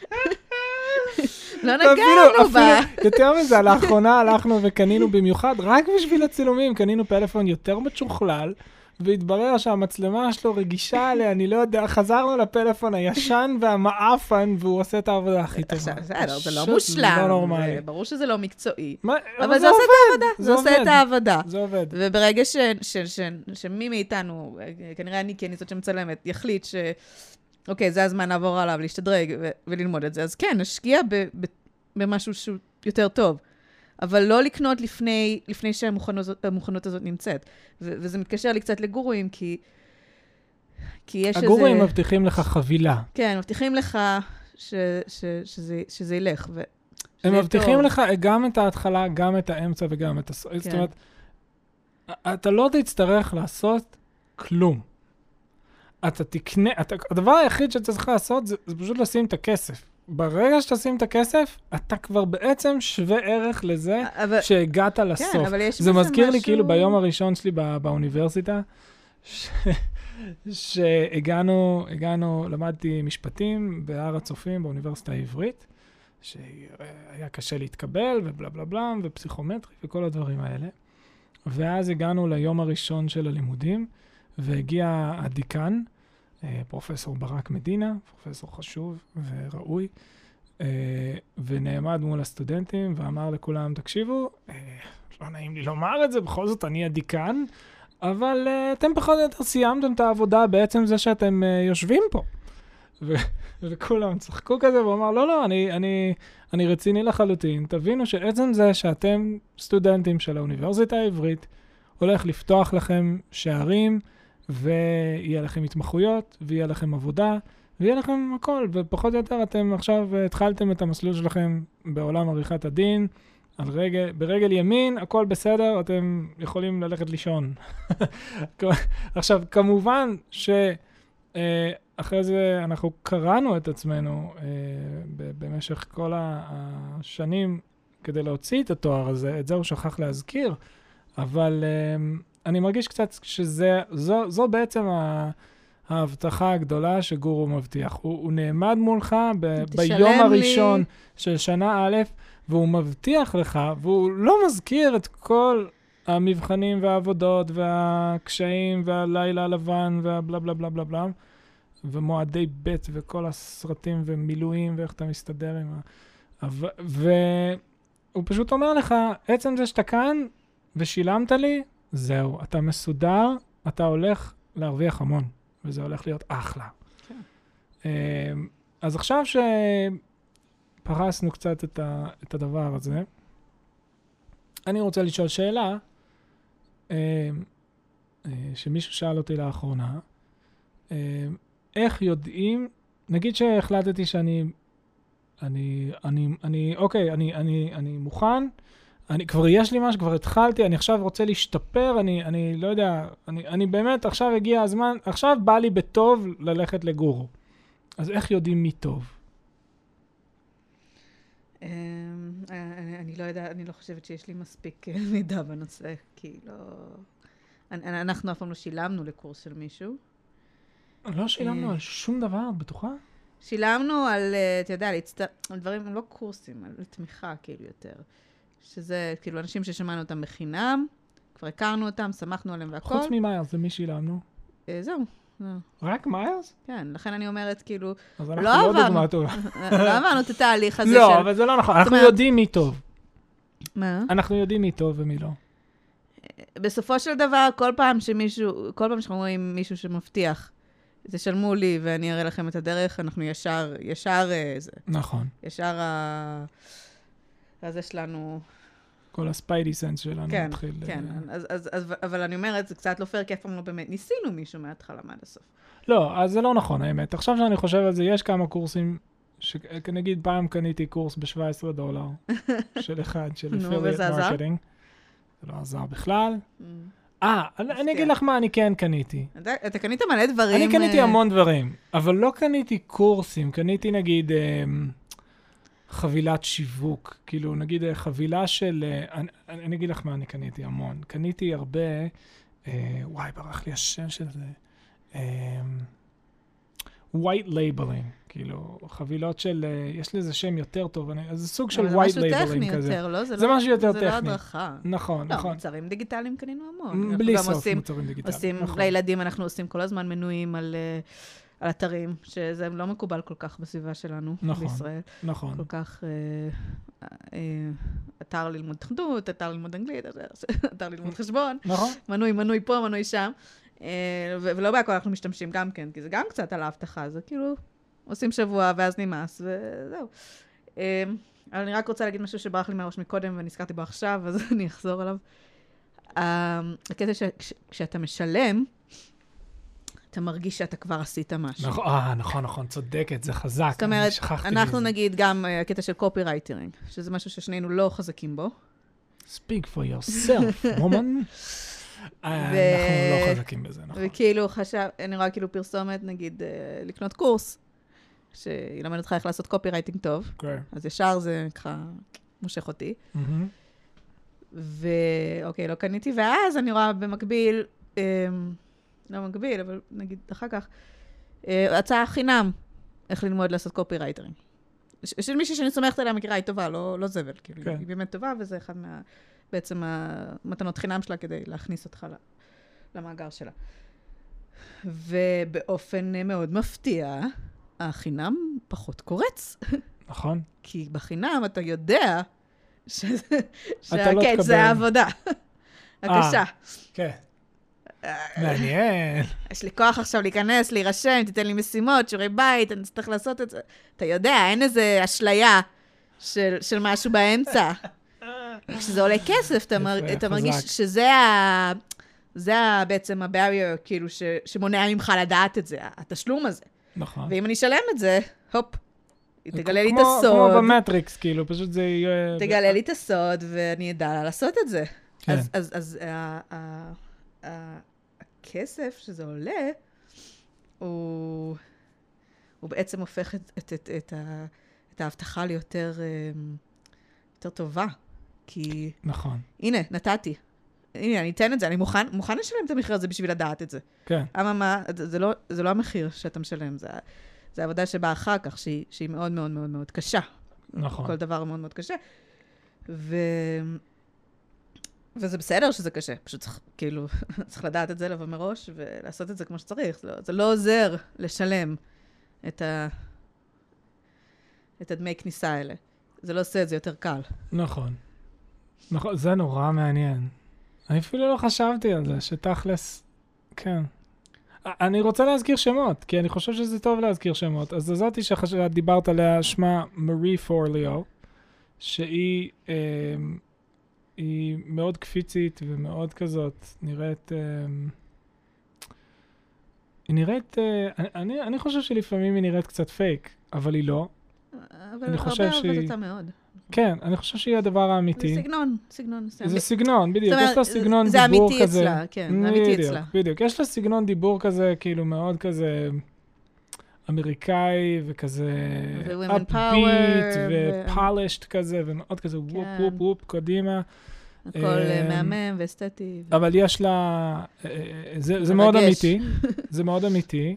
לא נגענו בה. יותר מזה, לאחרונה הלכנו וקנינו במיוחד, רק בשביל הצילומים, קנינו פלאפון יותר מצ'וכלל, והתברר שהמצלמה שלו רגישה עליה, אני לא יודע, חזרנו לפלאפון הישן והמאפן, והוא עושה את העבודה הכי טובה. בסדר, זה לא מושלם, ברור שזה לא מקצועי, אבל זה עושה את העבודה, זה עושה את העבודה. זה עובד. וברגע שמי מאיתנו, כנראה אני כי אני זאת שמצלמת, יחליט ש... אוקיי, זה הזמן לעבור עליו, להשתדרג ו- וללמוד את זה. אז כן, נשקיע ב- ב- במשהו שהוא יותר טוב. אבל לא לקנות לפני, לפני שהמוכנות הזאת נמצאת. ו- וזה מתקשר לי קצת לגורואים, כי, כי יש איזה... הגורואים מבטיחים לך חבילה. כן, מבטיחים לך ש- ש- שזה, שזה ילך. ו- הם מבטיחים לך גם את ההתחלה, גם את האמצע וגם את הסוף. זאת אומרת, אתה לא תצטרך לעשות כלום. אתה תקנה, אתה, הדבר היחיד שאתה צריך לעשות זה, זה פשוט לשים את הכסף. ברגע שתשים את הכסף, אתה כבר בעצם שווה ערך לזה אבל, שהגעת לסוף. כן, אבל יש זה מזכיר משהו... לי כאילו ביום הראשון שלי בא, באוניברסיטה, ש... שהגענו, הגענו, למדתי משפטים בהר הצופים באוניברסיטה העברית, שהיה קשה להתקבל ובלה בלה בלה, ופסיכומטרי וכל הדברים האלה. ואז הגענו ליום הראשון של הלימודים, והגיע הדיקן, פרופסור ברק מדינה, פרופסור חשוב וראוי, ונעמד מול הסטודנטים ואמר לכולם, תקשיבו, לא נעים לי לומר את זה, בכל זאת אני הדיקן, אבל אתם פחות או יותר סיימתם את העבודה בעצם זה שאתם יושבים פה. ו- וכולם צחקו כזה, והוא אמר, לא, לא, אני, אני, אני רציני לחלוטין. תבינו שעצם זה שאתם סטודנטים של האוניברסיטה העברית, הולך לפתוח לכם שערים, ויהיה לכם התמחויות, ויהיה לכם עבודה, ויהיה לכם הכל. ופחות או יותר אתם עכשיו התחלתם את המסלול שלכם בעולם עריכת הדין, על רגל, ברגל ימין, הכל בסדר, אתם יכולים ללכת לישון. עכשיו, כמובן ש... אחרי זה אנחנו קראנו את עצמנו אה, במשך כל השנים כדי להוציא את התואר הזה, את זה הוא שכח להזכיר, אבל אה, אני מרגיש קצת שזה, זו, זו בעצם ההבטחה הגדולה שגורו מבטיח. הוא, הוא נעמד מולך ב, ביום הראשון לי. של שנה א', והוא מבטיח לך, והוא לא מזכיר את כל המבחנים והעבודות והקשיים והלילה הלבן והבלה בלה בלה בלה בלה, ומועדי ב' וכל הסרטים ומילואים ואיך אתה מסתדר עם ה... והוא פשוט אומר לך, עצם זה שאתה כאן ושילמת לי, זהו, אתה מסודר, אתה הולך להרוויח המון, וזה הולך להיות אחלה. כן. אז עכשיו שפרסנו קצת את, ה... את הדבר הזה, אני רוצה לשאול שאלה, שמישהו שאל אותי לאחרונה, איך יודעים, נגיד שהחלטתי שאני, אני, אני, אני, אוקיי, אני, אני, אני מוכן, אני, כבר יש לי משהו, כבר התחלתי, אני עכשיו רוצה להשתפר, אני, אני לא יודע, אני, אני באמת, עכשיו הגיע הזמן, עכשיו בא לי בטוב ללכת לגורו. אז איך יודעים מי טוב? אני לא יודע, אני לא חושבת שיש לי מספיק מידע בנושא, כי לא... אנחנו אף פעם לא שילמנו לקורס של מישהו. לא שילמנו על שום דבר, את בטוחה? שילמנו על, אתה יודע, על דברים, לא קורסים, על תמיכה כאילו יותר. שזה כאילו אנשים ששמענו אותם בחינם, כבר הכרנו אותם, שמחנו עליהם והכל. חוץ ממיירס, זה מי שילמנו? זהו. רק מיירס? כן, לכן אני אומרת, כאילו, אז אנחנו לא דוגמה טובה. לא עברנו את התהליך הזה של... לא, אבל זה לא נכון, אנחנו יודעים מי טוב. מה? אנחנו יודעים מי טוב ומי לא. בסופו של דבר, כל פעם שמישהו, כל פעם שאנחנו רואים מישהו שמבטיח, תשלמו לי ואני אראה לכם את הדרך, אנחנו ישר, ישר זה. נכון. ישר ה... הזה שלנו... כל הספיידי סנס שלנו כן, מתחיל... כן, אז, אז, אז, אבל אני אומרת, זה קצת לא פייר, כי אף פעם לא באמת ניסינו מישהו מההתחלה עד הסוף. לא, אז זה לא נכון, האמת. עכשיו שאני חושב על זה, יש כמה קורסים, שנגיד פעם קניתי קורס ב-שבעה עשר דולר, של אחד, של affiliate marketing. זה לא עזר בכלל. אה, אני אגיד לך מה אני כן קניתי. אתה קנית מלא דברים. אני קניתי המון דברים, אבל לא קניתי קורסים, קניתי נגיד חבילת שיווק, כאילו נגיד חבילה של, אני אגיד לך מה אני קניתי המון. קניתי הרבה, וואי, ברח לי השם של זה, white labeling, כאילו חבילות של, יש לזה שם יותר טוב, זה סוג של white labeling כזה. זה משהו טכני יותר, לא? זה משהו יותר טכני. זה לא הדרכה. נכון, נכון. לא, מוצרים דיגיטליים קנינו המון. בלי סוף מוצרים דיגיטליים. לילדים אנחנו עושים כל הזמן מנויים על אתרים, שזה לא מקובל כל כך בסביבה שלנו בישראל. נכון. כל כך אתר ללמוד תחדות, אתר ללמוד אנגלית, אתר ללמוד חשבון. נכון. מנוי, מנוי פה, מנוי שם. ולא בהכל אנחנו משתמשים גם כן, כי זה גם קצת על ההבטחה, זה כאילו עושים שבוע ואז נמאס וזהו. אבל אני רק רוצה להגיד משהו שברח לי מהראש מקודם, ונזכרתי בו עכשיו, אז אני אחזור עליו. הקטע שכשאתה משלם, אתה מרגיש שאתה כבר עשית משהו. נכון, אה, נכון, נכון, צודקת, זה חזק. זאת אומרת, אנחנו נגיד גם הקטע של קופי רייטינג, שזה משהו ששנינו לא חזקים בו. Speak for yourself, woman. אנחנו לא חזקים בזה, נכון. וכאילו חשב, אני רואה כאילו פרסומת, נגיד, לקנות קורס, שילמד אותך איך לעשות קופי רייטינג טוב. אז ישר זה ככה מושך אותי. ואוקיי, לא קניתי, ואז אני רואה במקביל, לא מקביל, אבל נגיד אחר כך, הצעה חינם, איך ללמוד לעשות קופי רייטינג. של מישהי שאני סומכת עליה מכירה, היא טובה, לא, לא זבל, כאילו, כן. היא באמת טובה, וזה אחד מה, בעצם המתנות חינם שלה כדי להכניס אותך למאגר שלה. ובאופן מאוד מפתיע, החינם פחות קורץ. נכון. כי בחינם אתה יודע שזה, אתה לא שהקץ זה העבודה. הקשה. כן. מעניין. יש לי כוח עכשיו להיכנס, להירשם, תיתן לי משימות, שיעורי בית, אני צריך לעשות את זה. אתה יודע, אין איזה אשליה של, של משהו באמצע. כשזה עולה כסף, אתה, מר, אתה מרגיש שזה ה, זה ה, בעצם הבארייר, כאילו, ש, שמונע ממך לדעת את זה, התשלום הזה. נכון. ואם אני אשלם את זה, הופ, תגלה לי את הסוד. כמו במטריקס, כאילו, פשוט זה יהיה... תגלה לי את הסוד, ואני אדע לעשות את זה. כן. אז, אז, אז, ה, ה, ה, הכסף שזה עולה, הוא, הוא בעצם הופך את, את, את, את, ה, את ההבטחה ליותר יותר טובה. כי... נכון. הנה, נתתי. הנה, אני אתן את זה, אני מוכן, מוכן לשלם את המחיר הזה בשביל לדעת את זה. כן. אבל מה, זה, זה, לא, זה לא המחיר שאתה משלם, זה, זה העבודה שבאה אחר כך, שהיא, שהיא מאוד מאוד מאוד מאוד קשה. נכון. כל דבר מאוד מאוד קשה. ו... וזה בסדר שזה קשה, פשוט צריך, כאילו, צריך לדעת את זה לבוא מראש, ולעשות את זה כמו שצריך. זה לא, זה לא עוזר לשלם את ה... את הדמי כניסה האלה. זה לא עושה את זה יותר קל. נכון. נכון, זה נורא מעניין. אני אפילו לא חשבתי על זה, שתכלס, כן. אני רוצה להזכיר שמות, כי אני חושב שזה טוב להזכיר שמות. אז זאתי שדיברת עליה, שמה מארי פורליו, שהיא... אה, היא מאוד קפיצית ומאוד כזאת, נראית... היא נראית... אני, אני חושב שלפעמים היא נראית קצת פייק, אבל היא לא. אבל הרבה הרבה אותה מאוד. כן, אני חושב שהיא הדבר האמיתי. זה סגנון, סגנון. זה סגנון, בדיוק. יש לה סגנון דיבור כזה. זה אמיתי אצלה, כן, זה אמיתי אצלה. בדיוק, יש לה סגנון דיבור כזה, כאילו מאוד כזה... אמריקאי וכזה upbeat ופולישט כזה, ומאוד כזה וופ וופ וופ קדימה. הכל מהמם ואסתטי. אבל יש לה, זה מאוד אמיתי, זה מאוד אמיתי.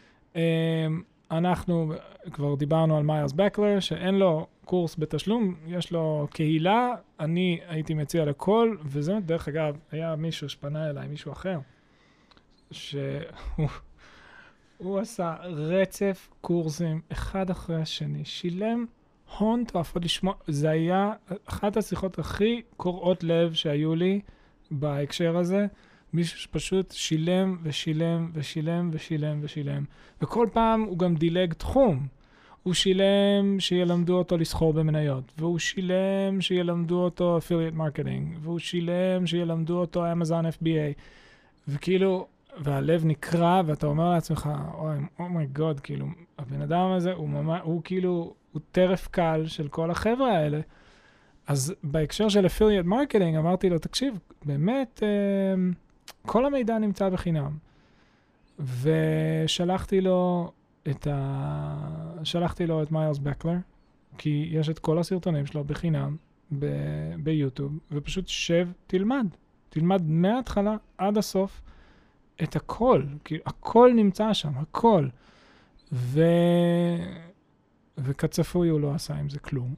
אנחנו כבר דיברנו על מיירס בקלר, שאין לו קורס בתשלום, יש לו קהילה, אני הייתי מציע לכל, וזה דרך אגב, היה מישהו שפנה אליי, מישהו אחר, שהוא... הוא עשה רצף קורסים, אחד אחרי השני, שילם הון תועפות לשמוע, זה היה אחת השיחות הכי קוראות לב שהיו לי בהקשר הזה, מישהו שפשוט שילם ושילם ושילם ושילם ושילם, וכל פעם הוא גם דילג תחום, הוא שילם שילמדו אותו לסחור במניות, והוא שילם שילמדו אותו affiliate marketing, והוא שילם שילמדו אותו Amazon F B A, וכאילו... והלב נקרא, ואתה אומר לעצמך, אוי, אומי גוד, כאילו, הבן אדם הזה, הוא ממש, הוא כאילו, הוא טרף קל של כל החבר'ה האלה. אז בהקשר של affiliate marketing, אמרתי לו, תקשיב, באמת, אה, כל המידע נמצא בחינם. ושלחתי לו את ה... שלחתי לו את מיירס בקלר, כי יש את כל הסרטונים שלו בחינם, ב- ביוטיוב, ופשוט שב, תלמד. תלמד מההתחלה עד הסוף, את הכל, כי הכל נמצא שם, הכל. ו... וכצפוי הוא לא עשה עם זה כלום.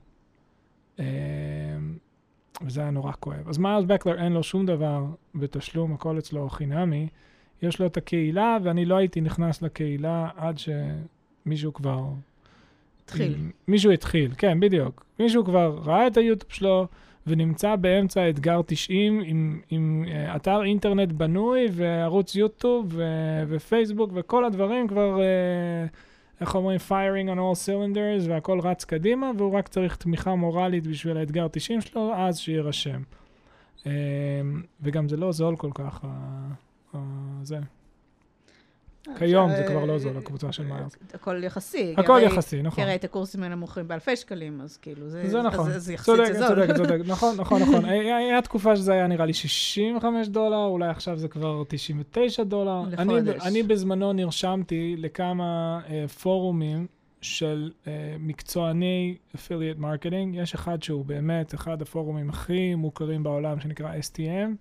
וזה היה נורא כואב. אז מיירס בקלר אין לו שום דבר בתשלום, הכל אצלו חינמי. יש לו את הקהילה, ואני לא הייתי נכנס לקהילה עד שמישהו כבר... התחיל. מישהו התחיל, כן, בדיוק. מישהו כבר ראה את היוטיוב שלו, ונמצא באמצע אתגר תשעים עם, עם uh, אתר אינטרנט בנוי וערוץ יוטיוב ו- ופייסבוק וכל הדברים כבר uh, איך אומרים, firing on all cylinders, והכל רץ קדימה, והוא רק צריך תמיכה מורלית בשביל האתגר תשעים שלו, אז שירשם. וגם זה לא זול כל כך, זה. כיום זה כבר לא זול, הקבוצה של מיילס. הכל יחסי. הכל יחסי, נכון. כי הרי את הקורסים האלה מוכרים באלפי שקלים, אז כאילו, זה נכון. אז יחסית זה זול. צודק, צודק, נכון, נכון, נכון. היה תקופה שזה היה נראה לי שישים וחמישה דולר, אולי עכשיו זה כבר תשעים ותשעה דולר. לחודש. אני בזמנו נרשמתי לכמה פורומים של מקצועני affiliate marketing. יש אחד שהוא באמת אחד הפורומים הכי מוכרים בעולם, שנקרא אס טי אם.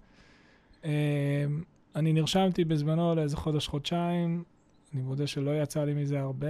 אני נרשמתי בזמנו לאיזה חודש, חודשיים, אני מודה שלא יצא לי מזה הרבה,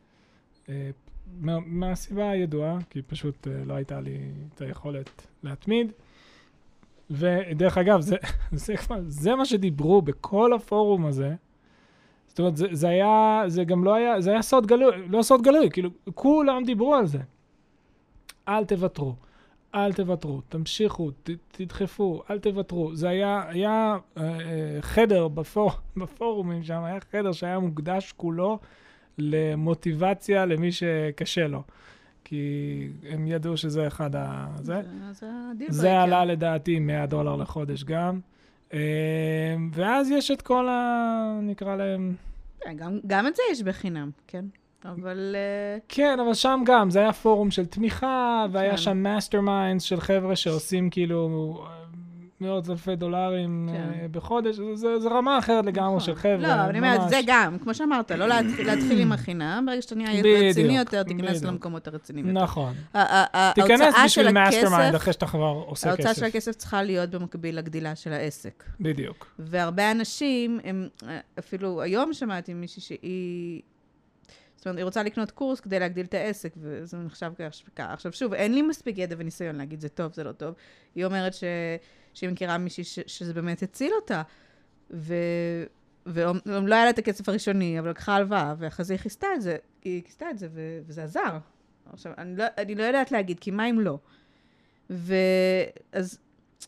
מה, מהסיבה הידועה, כי פשוט לא הייתה לי את היכולת להתמיד, ודרך אגב, זה, זה, זה מה שדיברו בכל הפורום הזה, זאת אומרת, זה, זה היה, זה גם לא היה, זה היה סוד גלוי, לא סוד גלוי, כאילו, כולם דיברו על זה. אל תוותרו. אל תוותרו, תמשיכו, ת, תדחפו, אל תוותרו. זה היה, היה אה, חדר בפור, בפורומים שם, היה חדר שהיה מוקדש כולו למוטיבציה למי שקשה לו. כי הם ידעו שזה אחד ה... זה, זה, זה, זה עלה לדעתי מאה דולר לחודש גם. אה, ואז יש את כל ה... נקרא להם... גם, גם את זה יש בחינם, כן? אבל... כן, אבל שם גם, זה היה פורום של תמיכה, והיה שם מאסטר מיינדס של חבר'ה שעושים כאילו מאות אלפי דולרים בחודש, זה רמה אחרת לגמרי של חבר'ה. לא, אבל אני אומרת, זה גם, כמו שאמרת, לא להתחיל עם החינם, ברגע שאתה נהיה רציני יותר, תיכנס למקומות הרציניים יותר. נכון. תיכנס בשביל מאסטר מיינד אחרי שאתה כבר עושה כסף. ההוצאה של הכסף צריכה להיות במקביל לגדילה של העסק. בדיוק. והרבה אנשים, אפילו היום שמעתי מישהי שהיא... זאת אומרת, היא רוצה לקנות קורס כדי להגדיל את העסק, וזה נחשב כהשפעה. עכשיו, שוב, אין לי מספיק ידע וניסיון להגיד, זה טוב, זה לא טוב. היא אומרת ש... שהיא מכירה מישהי ש... שזה באמת הציל אותה, ו... ולא היה לה את הכסף הראשוני, אבל לקחה הלוואה, ואחרי זה היא כיסתה את זה, היא כיסתה את זה, ו... וזה עזר. עכשיו, אני לא, אני לא יודעת להגיד, כי מה אם לא? ואז...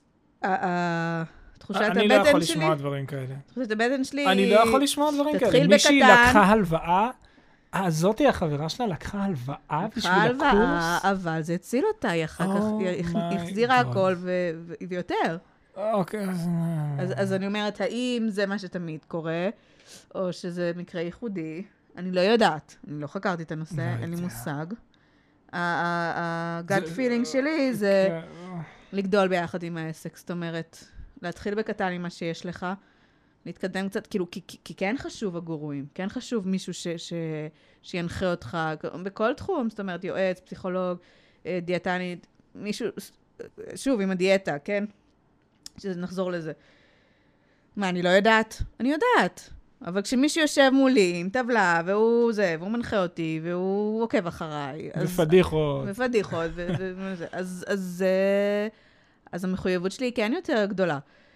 תחושת הבטן שלי... אני לא יכול לשמוע דברים כאלה. תחושת הבטן שלי... אני לא יכול לשמוע דברים כאלה. מישהי לקחה הלוואה, אה, זאתי החברה שלה לקחה הלוואה בשביל הקורס? לקחה הלוואה, אבל זה הציל אותה, היא אחר כך, היא החזירה הכל ויותר. אוקיי. אז אני אומרת, האם זה מה שתמיד קורה, או שזה מקרה ייחודי? אני לא יודעת, אני לא חקרתי את הנושא, אין לי מושג. הגאט פילינג שלי זה לגדול ביחד עם העסק, זאת אומרת, להתחיל בקטן עם מה שיש לך, להתקדם קצת, כאילו, כי, כי, כי כן חשוב הגורואים, כן חשוב מישהו ש, ש, שינחה אותך, בכל תחום, זאת אומרת, יועץ, פסיכולוג, דיאטנית, מישהו, שוב, עם הדיאטה, כן? שנחזור לזה. מה, אני לא יודעת? אני יודעת. אבל כשמישהו יושב מולי עם טבלה, והוא זה, והוא מנחה אותי, והוא עוקב אחריי. ופדיחות. ופדיחות, וזה. אז, אז, אז המחויבות שלי היא כן יותר גדולה.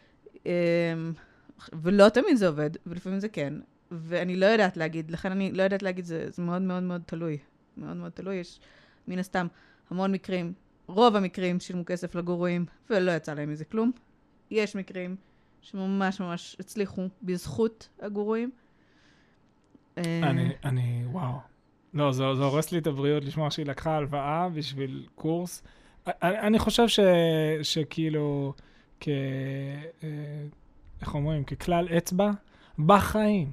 ולא תמיד זה עובד, ולפעמים זה כן. ואני לא יודעת להגיד, לכן אני לא יודעת להגיד, זה, זה מאוד מאוד מאוד תלוי. מאוד מאוד תלוי. יש מן הסתם המון מקרים, רוב המקרים שילמו כסף לגורואים, ולא יצא להם מזה כלום. יש מקרים שממש ממש הצליחו בזכות הגורואים. אני, אני, וואו. לא, זה, זה הורס לי את הבריאות לשמוע שהיא לקחה הלוואה בשביל קורס. אני, אני חושב ש, שכאילו, כ... איך אומרים? ככלל אצבע, בחיים,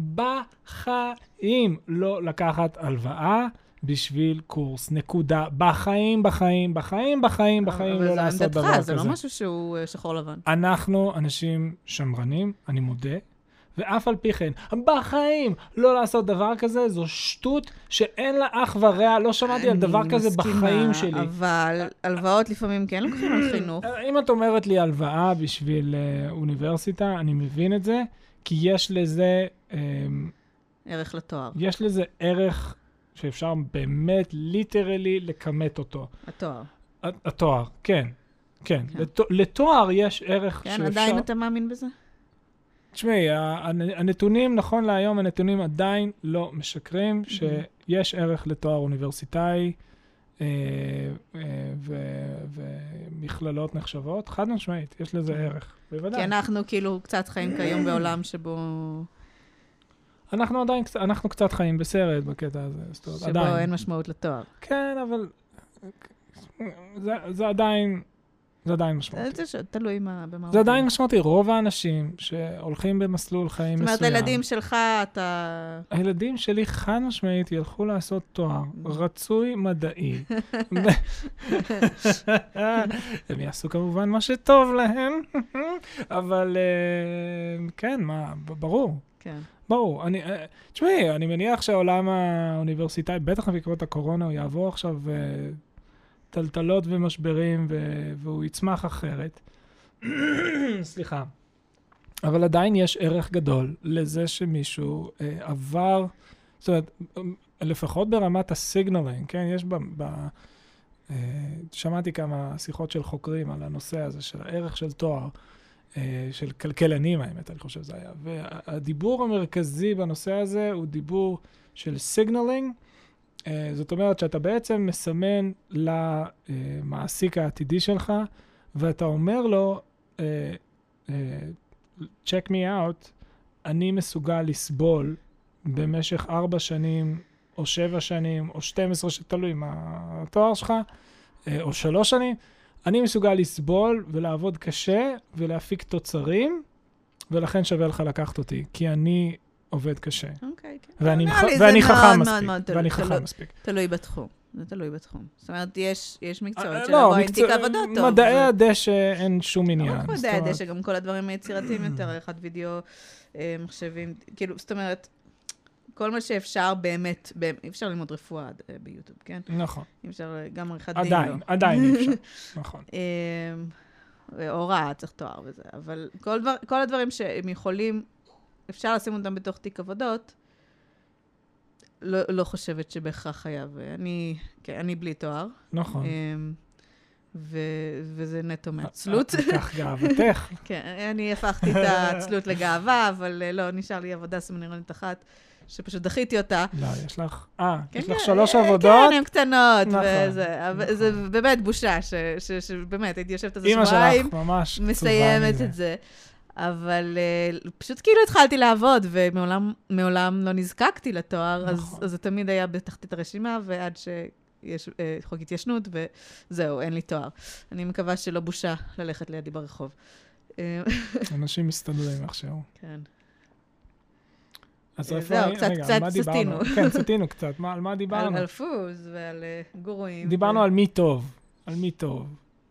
בחיים לא לקחת הלוואה בשביל קורס, נקודה. בחיים, בחיים, בחיים, בחיים, בחיים לא לעשות דבר כזה. זה לא משהו שהוא שחור לבן. אנחנו אנשים שמרנים, אני מודה, ואף על פי כן, בחיים לא לעשות דבר כזה, זו שטות שאין לה אח ורע, לא שמעתי על דבר כזה בחיים שלי. אני מסכימה, אבל הלוואות לפעמים כן לוקחים על חינוך. אם את אומרת לי הלוואה בשביל אוניברסיטה, אני מבין את זה, כי יש לזה... ערך לתואר. יש לזה ערך שאפשר באמת ליטרלי לקמת אותו. התואר. התואר, כן. כן. לתואר יש ערך שאפשר... כן, עדיין אתה מאמין בזה? תשמעי, הנתונים, נכון להיום, הנתונים עדיין לא משקרים, שיש ערך לתואר אוניברסיטאי ומכללות נחשבות. חד משמעית, יש לזה ערך, בוודאי. כי אנחנו כאילו קצת חיים כיום בעולם שבו... אנחנו עדיין, אנחנו קצת חיים בסרט בקטע הזה. זאת אומרת, שבו עדיין. אין משמעות לתואר. כן, אבל זה, זה עדיין, זה עדיין משמעותי. זה תלוי מה, במה... זה עדיין משמעותי. רוב האנשים שהולכים במסלול חיים מסוים... זאת אומרת, הילדים שלך, אתה... הילדים שלי חד משמעית ילכו לעשות תואר רצוי מדעי. הם יעשו כמובן מה שטוב להם, אבל כן, מה, ברור. כן. ברור. אני, תשמעי, אני מניח שהעולם האוניברסיטאי, בטח בעקבות הקורונה, הוא יעבור עכשיו טלטלות ומשברים, והוא יצמח אחרת. סליחה. אבל עדיין יש ערך גדול לזה שמישהו אה, עבר, זאת אומרת, לפחות ברמת הסיגנלינג, כן? יש ב... ב אה, שמעתי כמה שיחות של חוקרים על הנושא הזה, של הערך של תואר, אה, של כלכלנים, האמת, אני חושב שזה היה. והדיבור המרכזי בנושא הזה הוא דיבור של סיגנלינג, אה, זאת אומרת שאתה בעצם מסמן למעסיק העתידי שלך, ואתה אומר לו, אה, אה, check me out, אני מסוגל לסבול במשך ארבע שנים, או שבע שנים, או שתים עשרה, שתלוי מה התואר שלך, או שלוש שנים, אני מסוגל לסבול ולעבוד קשה ולהפיק תוצרים, ולכן שווה לך לקחת אותי, כי אני עובד קשה. אוקיי, כן. ואני חכם מספיק. ואני חכם מספיק. תלוי בתחום. זה תלוי בתחום. זאת אומרת, יש, יש מקצועות שלבוא עם תיק עבודות טוב. מדעי הדשא אין שום עניין. לא מדעי הדשא, גם כל הדברים היצירתיים יותר, עריכת וידאו, מחשבים, כאילו, זאת אומרת, כל מה שאפשר באמת, אי אפשר ללמוד רפואה ביוטיוב, כן? נכון. אי אפשר גם עריכת דין. עדיין, עדיין אי אפשר, נכון. הוראה, צריך תואר וזה, אבל כל הדברים שהם יכולים, אפשר לשים אותם בתוך תיק עבודות, לא, לא חושבת שבהכרח חייב. אני, כן, אני בלי תואר. נכון. ו, וזה נטו מעצלות. כך גאוותך. כן, אני הפכתי את העצלות לגאווה, אבל לא, נשאר לי עבודה סמינריונית אחת, שפשוט דחיתי אותה. לא, יש לך, אה, יש לך שלוש עבודות. כן, הן קטנות, וזה, זה באמת בושה, שבאמת, הייתי יושבת איזה שבועיים, אמא שלך ממש מסיימת את זה. אבל uh, פשוט כאילו התחלתי לעבוד, ומעולם לא נזקקתי לתואר, נכון. אז, אז זה תמיד היה בתחתית הרשימה, ועד שיש uh, חוק התיישנות, וזהו, אין לי תואר. אני מקווה שלא בושה ללכת לידי ברחוב. אנשים מסתדרים איכשהו. כן. אז זהו, קצת, רגע, קצת סטינו. כן, סטינו קצת. מה, על מה דיברנו? על, על פוז ועל uh, גורואים. דיברנו ו... על מי טוב. על מי טוב.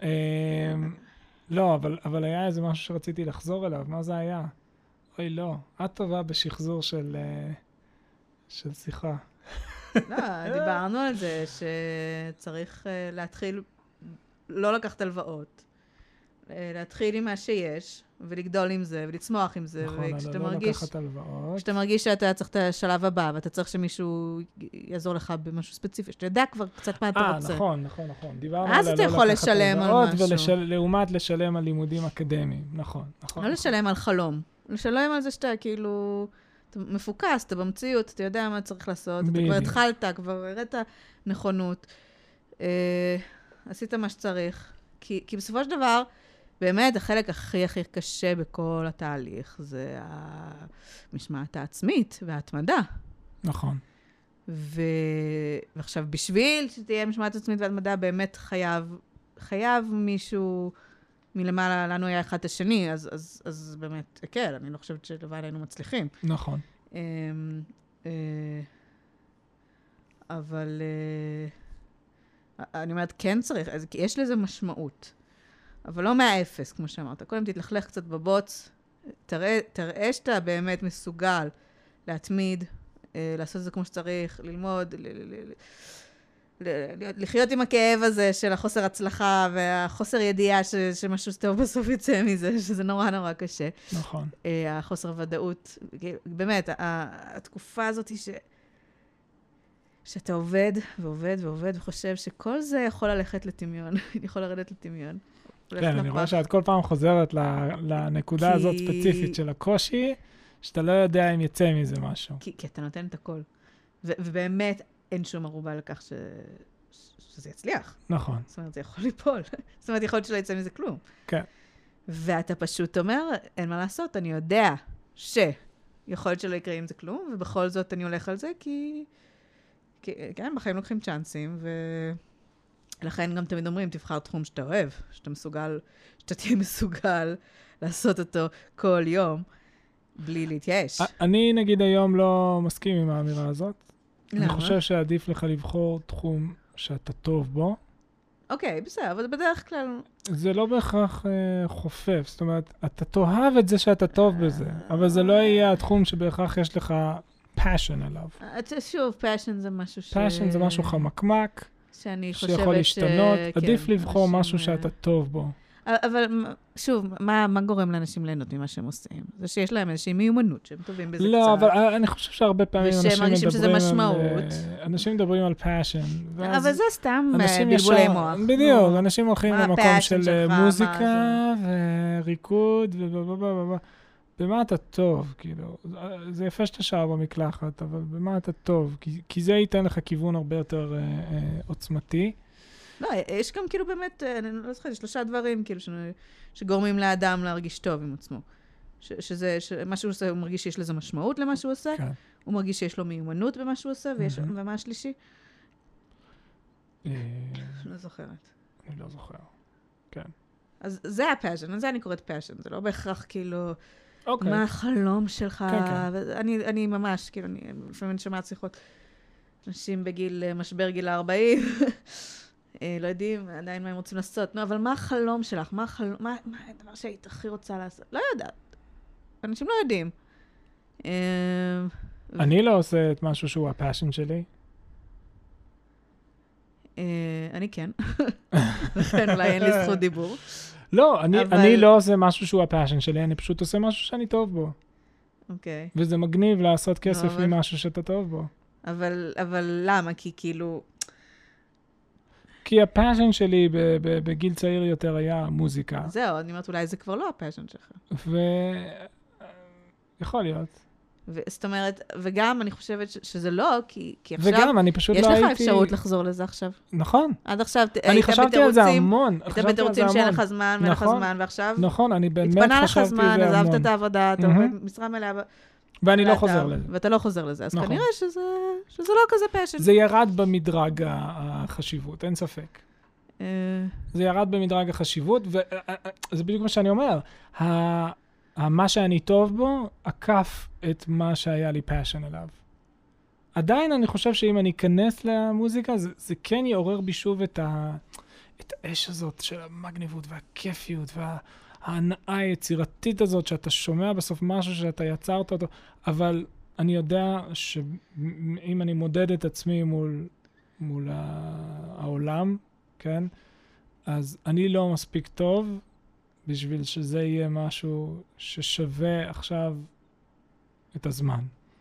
לא, אבל, אבל היה איזה משהו שרציתי לחזור אליו. מה זה היה? אוי, לא. את טובה בשחזור של, של שיחה. לא, דיברנו על זה שצריך להתחיל, לא לקחת הלוואות, להתחיל עם מה שיש, ולגדול עם זה, ולצמוח עם זה. נכון, לא, לא לקחת הלוואות. כשאתה מרגיש שאתה צריך את השלב הבא, ואתה צריך שמישהו יעזור לך במשהו ספציפי, שאתה יודע כבר קצת מה אתה רוצה. אה, נכון, נכון, נכון. דיברנו אז אתה יכול לשלם על משהו. ולעומת לשלם על לימודים אקדמיים. נכון, נכון. לא לשלם על חלום. לשלם על זה שאתה כאילו, אתה מפוקס, אתה במציאות, אתה יודע מה צריך לעשות, אתה כבר התחלת, כבר הראת נכונות, עשית מה שצריך. כי בסופו של דבר, באמת, החלק הכי הכי קשה בכל התהליך זה המשמעת העצמית וההתמדה. נכון. ו... ועכשיו, בשביל שתהיה משמעת עצמית והתמדה, באמת חייב, חייב מישהו מלמעלה, לנו היה אחד השני, אז, אז, אז באמת, כן, אני לא חושבת שלבד היינו מצליחים. נכון. אבל אני אומרת, כן צריך, כי יש לזה משמעות. אבל לא מהאפס, כמו שאמרת. קודם תתלכלך קצת בבוץ, תראה, תראה שאתה באמת מסוגל להתמיד, אה, לעשות את זה כמו שצריך, ללמוד, ל- ל- ל- ל- לחיות עם הכאב הזה של החוסר הצלחה, והחוסר ידיעה ש- שמשהו טוב בסוף יצא מזה, שזה נורא נורא קשה. נכון. אה, החוסר ודאות. באמת, התקופה הזאת היא ש... שאתה עובד ועובד ועובד וחושב שכל זה יכול ללכת לטמיון, יכול לרדת לטמיון. כן, אני רואה שאת כל פעם חוזרת לנקודה הזאת ספציפית של הקושי, שאתה לא יודע אם יצא מזה משהו. כי אתה נותן את הכל. ובאמת אין שום ערובה לכך שזה יצליח. נכון. זאת אומרת, זה יכול ליפול. זאת אומרת, יכול להיות שלא יצא מזה כלום. כן. ואתה פשוט אומר, אין מה לעשות, אני יודע ש... יכול להיות שלא יקרה עם זה כלום, ובכל זאת אני הולך על זה, כי, כי כן, בחיים לוקחים צ'אנסים, ולכן גם תמיד אומרים, תבחר תחום שאתה אוהב, שאתה מסוגל, שאתה תהיה מסוגל לעשות אותו כל יום, בלי להתייאש. אני נגיד היום לא מסכים עם האמירה הזאת. למה? אני חושב שעדיף לך לבחור תחום שאתה טוב בו. אוקיי, בסדר, אבל בדרך כלל... זה לא בהכרח אה, חופף, זאת אומרת, אתה תאהב את זה שאתה טוב בזה, אבל זה לא יהיה התחום שבהכרח יש לך passion עליו. שוב, passion זה משהו ש... passion זה משהו חמקמק, שאני חושבת שיכול להשתנות, ש... עדיף כן, לבחור אנשים, משהו שאתה טוב בו. אבל שוב, מה, מה גורם לאנשים ליהנות ממה שהם עושים? זה שיש להם איזושהי מיומנות, שהם טובים בזה לא, קצת. אבל אני חושב שהרבה פעמים אנשים מרגישים שזה מדברים משמעות. על... אנשים מדברים על passion. ואז אבל זה סתם אנשים בלבולי ישר- מוח. בדיוק, נו. אנשים הולכים מה למקום ה-passion של שלך, מוזיקה מה וריקוד ובבבבבב. במה אתה טוב, כאילו? זה יפה שאתה שר במקלחת, אבל במה אתה טוב? כי, כי זה ייתן לך כיוון הרבה יותר אה, אה, עוצמתי. לא, יש גם כאילו באמת, אני לא זוכרת, יש שלושה דברים כאילו ש... שגורמים לאדם להרגיש טוב עם עצמו. ש... שזה, מה שהוא עושה, הוא מרגיש שיש לזה משמעות למה שהוא עושה, כן. הוא מרגיש שיש לו מיומנות במה שהוא עושה, ויש... Mhm. ומה השלישי? אה, לא זוכרת. אני לא זוכר. כן. אז זה הפאשן, על זה אני קוראת פאשן, זה לא בהכרח כאילו, אוקיי. מה החלום שלך? כן, כן. אני, אני ממש, כאילו, אני לפעמים שומעת שיחות, אנשים בגיל, אה, משבר גיל ה-ארבעים, אה, לא יודעים עדיין מה הם רוצים לעשות, נו, אבל מה החלום שלך? מה החלום, מה, מה הדבר שהיית הכי רוצה לעשות? לא יודעת. אנשים לא יודעים. אה, אני לא עושה את משהו שהוא הפאשן שלי. אה, אני כן. לכן אולי אין לי זכות דיבור. לא, אני, אבל- אני לא עושה משהו שהוא הפאשן שלי, אני פשוט עושה משהו שאני טוב בו. אוקיי. וזה מגניב לעשות כסף אבל- ממשהו שאתה טוב בו. אבל, אבל למה? כי כאילו, כי הפאשן שלי ב- ב- בגיל צעיר יותר היה מוזיקה. זהו, אני אומרת, אולי זה כבר לא הפאשן שלך. ו... יכול להיות. ו- זאת אומרת, וגם אני חושבת ש- שזה לא, כי, כי עכשיו, וגם, אני פשוט יש לא לך הייתי... אפשרות לחזור לזה עכשיו. נכון. עד עכשיו ת- אני היית חשבתי על זה בתירוצים, המון. היית חשבתי על זה בתירוצים שאין המון. לך זמן, ואין לך נכון. זמן, ועכשיו נכון, אני באמת התפנה לך חשבתי זמן, על זה עזבת המון. את העבודה, אתה מהמם. עובד משרה מלאה, ב- ואני לא ואתה- חוזר לזה. ואתה לא חוזר לזה, אז נכון. כנראה שזה, שזה לא כזה פאשן. זה ירד במדרג ה- החשיבות, אין ספק. אה, זה ירד במדרג החשיבות, וזה בדיוק מה שאני אומר. ה- ה- מה שאני טוב בו, עקף את מה שהיה לי passion אליו. עדיין אני חושב שאם אני אכנס למוזיקה, זה, זה כן יעורר בי שוב את, ה, את האש הזאת של המגניבות והכיפיות וההנאה היצירתית הזאת, שאתה שומע בסוף משהו שאתה יצרת אותו, אבל אני יודע שאם אני מודד את עצמי מול, מול העולם, כן? אז אני לא מספיק טוב בשביל שזה יהיה משהו ששווה עכשיו את הזמן.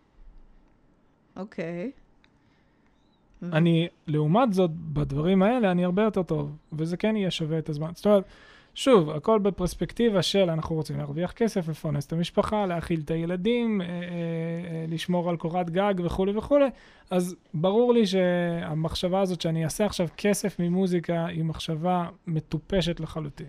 אוקיי. אני, לעומת זאת, בדברים האלה, אני הרבה יותר טוב, וזה כן יהיה שווה את הזמן. זאת אומרת, שוב, הכל בפרספקטיבה של אנחנו רוצים להרוויח כסף, לפרנס את המשפחה, להאכיל את הילדים, אה, אה, אה, לשמור על קורת גג וכו' וכו'. אז ברור לי שהמחשבה הזאת שאני אעשה עכשיו כסף ממוזיקה היא מחשבה מטופשת לחלוטין.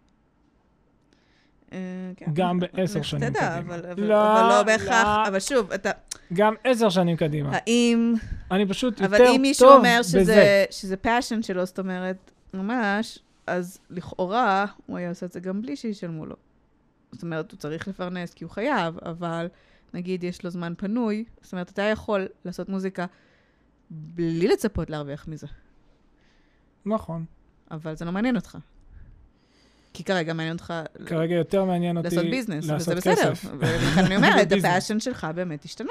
אה, כן. גם בעשר לך שנים תדע, קדימה. אבל- אבל לא, אבל לא בהכרח, לא. אבל שוב, אתה, גם עשר שנים קדימה. האם, אני פשוט יותר אבל טוב אם מישהו אומר בזה. שזה, שזה passion שלו, זאת אומרת, ממש, אז לכאורה הוא היה עושה את זה גם בלי שישלמו לו. זאת אומרת, הוא צריך לפרנס כי הוא חייב, אבל נגיד יש לו זמן פנוי, זאת אומרת, אתה יכול לעשות מוזיקה בלי לצפות להרוויח מזה, נכון. אבל זה לא מעניין אותך. כי כרגע מעניין אותך כרגע יותר מעניין אותי לעשות ביזנס, וזה לעשות בסדר. כסף. ולכן אני אומרת, ביזנס. הפאשן שלך באמת השתנה.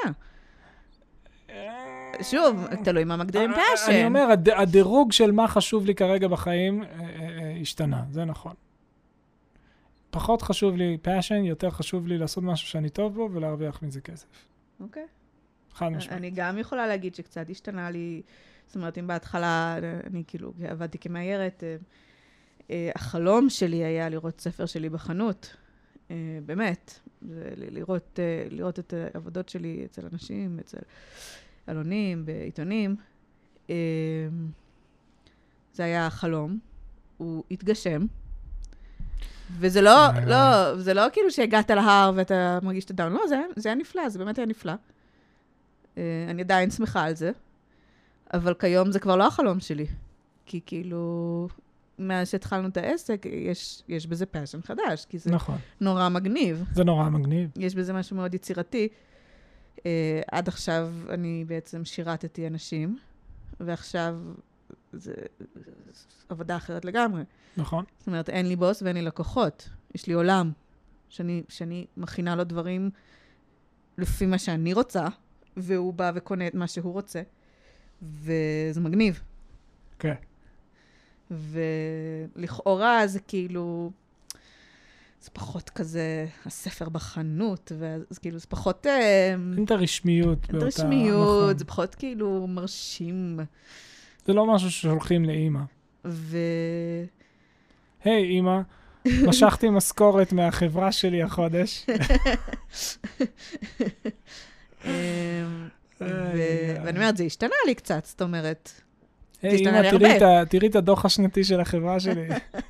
שוב, תלוי מה מגדירים אני פאשן. אומר, הד- הדירוג של מה חשוב לי כרגע בחיים אה, אה, אה, השתנה, זה נכון. פחות חשוב לי passion, יותר חשוב לי לעשות משהו שאני טוב בו ולהרוויח מזה כסף. אוקיי. חד משמעית. אני גם יכולה להגיד שקצת השתנה לי, זאת אומרת, אם בהתחלה, אני כאילו עבדתי כמאיירת, אה, אה, החלום שלי היה לראות ספר שלי בחנות. אה, באמת. זה ל- לראות, אה, לראות את העבודות שלי אצל אנשים, אצל אלונים, בעיתונים. אה, זה היה החלום. הוא התגשם. וזה לא, לא, זה לא כאילו שהגעת להר ואתה מרגיש את הדאון, לא, זה, זה היה נפלא, זה באמת היה נפלא. אני עדיין שמחה על זה, אבל כיום זה כבר לא החלום שלי, כי כאילו, מאז שהתחלנו את העסק, יש, יש בזה פאשן חדש, כי זה נכון. נורא מגניב. זה נורא מגניב. יש בזה משהו מאוד יצירתי. עד עכשיו אני בעצם שירתתי אנשים, ועכשיו זה עבודה אחרת לגמרי. נכון. זאת אומרת, אין לי בוס ואין לי לקוחות. יש לי עולם שאני, שאני מכינה לו דברים לפי מה שאני רוצה, והוא בא וקונה את מה שהוא רוצה, וזה מגניב. כן. ולכאורה זה כאילו, זה פחות כזה הספר בחנות, וזה כאילו, זה פחות... אין את הרשמיות באותה... אין את הרשמיות, זה פחות כאילו מרשים. זה לא משהו ששולחים לאמא. ו... היי, אמא, משכתי משכורת מהחברה שלי החודש. ואני אומרת, זה השתנה לי קצת, זאת אומרת. היי, אמא, תראי את הדוח השנתי של החברה שלי.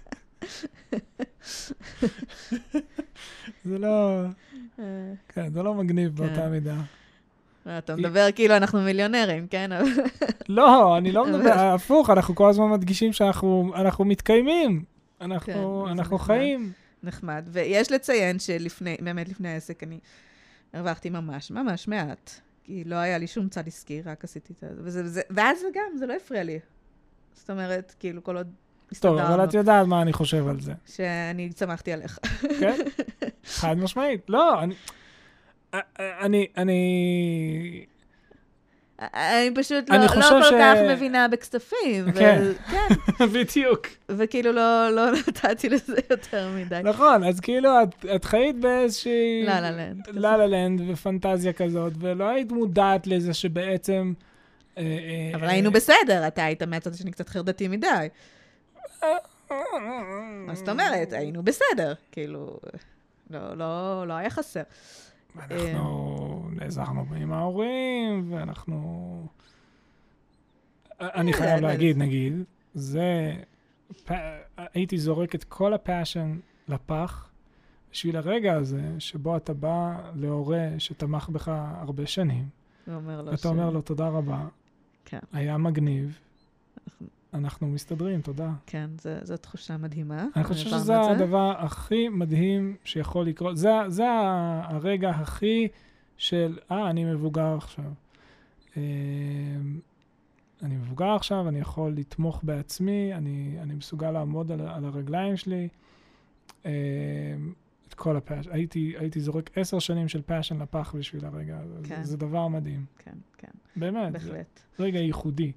זה לא... כן, זה לא מגניב באותה מידה. אתה מדבר כאילו אנחנו מיליונרים, כן? לא, אני לא מדבר, הפוך, אנחנו כל הזמן מדגישים שאנחנו מתקיימים. אנחנו חיים. נחמד. ויש לציין שלפני, באמת לפני העסק, אני הרווחתי ממש, ממש מעט. כי לא היה לי שום צד עסקי, רק עשיתי את זה. ואז וגם, זה לא הפריע לי. זאת אומרת, כאילו, כל עוד טוב, אבל את יודעת מה אני חושב על זה. שאני צמחתי עליך. כן? חד משמעית. לא, אני... אני... אני... אני פשוט לא כל כך מבינה בכספים. כן, בדיוק. וכאילו לא נתתי לזה יותר מדי. נכון, אז כאילו את חיית באיזושהי... לא, לא, לנד. לא, לא, לנד ופנטזיה כזאת, ולא היית מודעת לזה שבעצם... אבל היינו בסדר, אתה היית מהצד השני קצת חרדתי מדי. מה זאת אומרת? היינו בסדר, כאילו, לא היה חסר. אנחנו נעזרנו עם ההורים, ואנחנו... אני חייב להגיד, נגיד, זה... הייתי זורק את כל הפאשן לפח, בשביל הרגע הזה, שבו אתה בא להורה שתמך בך הרבה שנים, ואתה אומר לו תודה רבה, היה מגניב, אנחנו מסתדרים, תודה. כן, זו תחושה מדהימה. אני חושב שזה הדבר הכי מדהים שיכול לקרות. זה, זה הרגע הכי של, אה, אני מבוגר עכשיו. אני מבוגר עכשיו, אני יכול לתמוך בעצמי, אני, אני מסוגל לעמוד על, על הרגליים שלי. את כל הפאשן. הייתי, הייתי זורק עשר שנים של פאשן לפח בשביל הרגע. כן. זה, זה דבר מדהים. כן, כן. באמת. בהחלט. זה רגע ייחודי.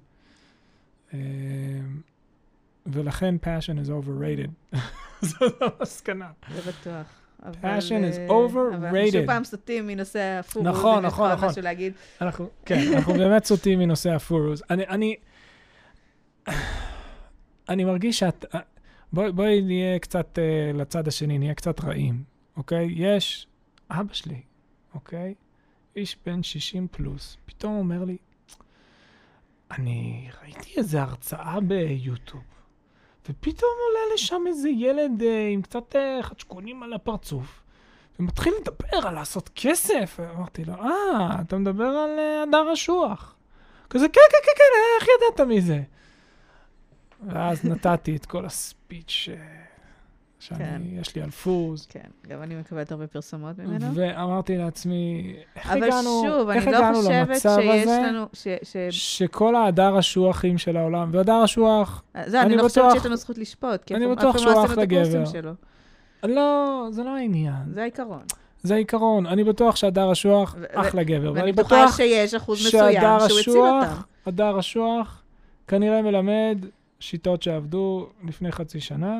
ולכן passion is overrated. זאת המסקנה. זה בטוח. passion is overrated. אבל שוב פעם סוטים מנושא הפורוז. נכון, נכון, נכון. משהו להגיד. כן, אנחנו באמת סוטים מנושא הפורוז. אני, אני מרגיש שאת, בואי נהיה קצת לצד השני, נהיה קצת רעים, אוקיי? יש אבא שלי, אוקיי? איש בן שישים פלוס, פתאום אומר לי, אני ראיתי איזו הרצאה ביוטיוב, ופתאום עולה לשם איזה ילד אה, עם קצת אה, חדשקונים על הפרצוף, ומתחיל לדבר על לעשות כסף. אמרתי לו, אה, אתה מדבר על אה, הדר אשוח. כזה, כן, כן, כן, כן, איך ידעת מזה? ואז נתתי את כל הספיץ' שאני, כן. יש לי על פורז. כן, גם אני מקבלת הרבה פרסומות ממנו. ואמרתי לעצמי, איך אבל הגענו, שוב, איך אני הגענו לא למצב שיש הזה, לנו, ש, ש... שכל ההדר אשוחים של העולם, והדר אשוח, זה, אני, אני לא חושבת שיש לנו זכות לשפוט, כי אני בטוח שהוא אחלה גבר. שלו. לא, זה לא העניין. זה העיקרון. זה העיקרון. אני בטוח שהדר אשוח אחלה גבר. ואני בטוחה שיש אחוז מסוים שהוא הציל אותם. הדר אשוח כנראה מלמד שיטות שעבדו לפני חצי שנה,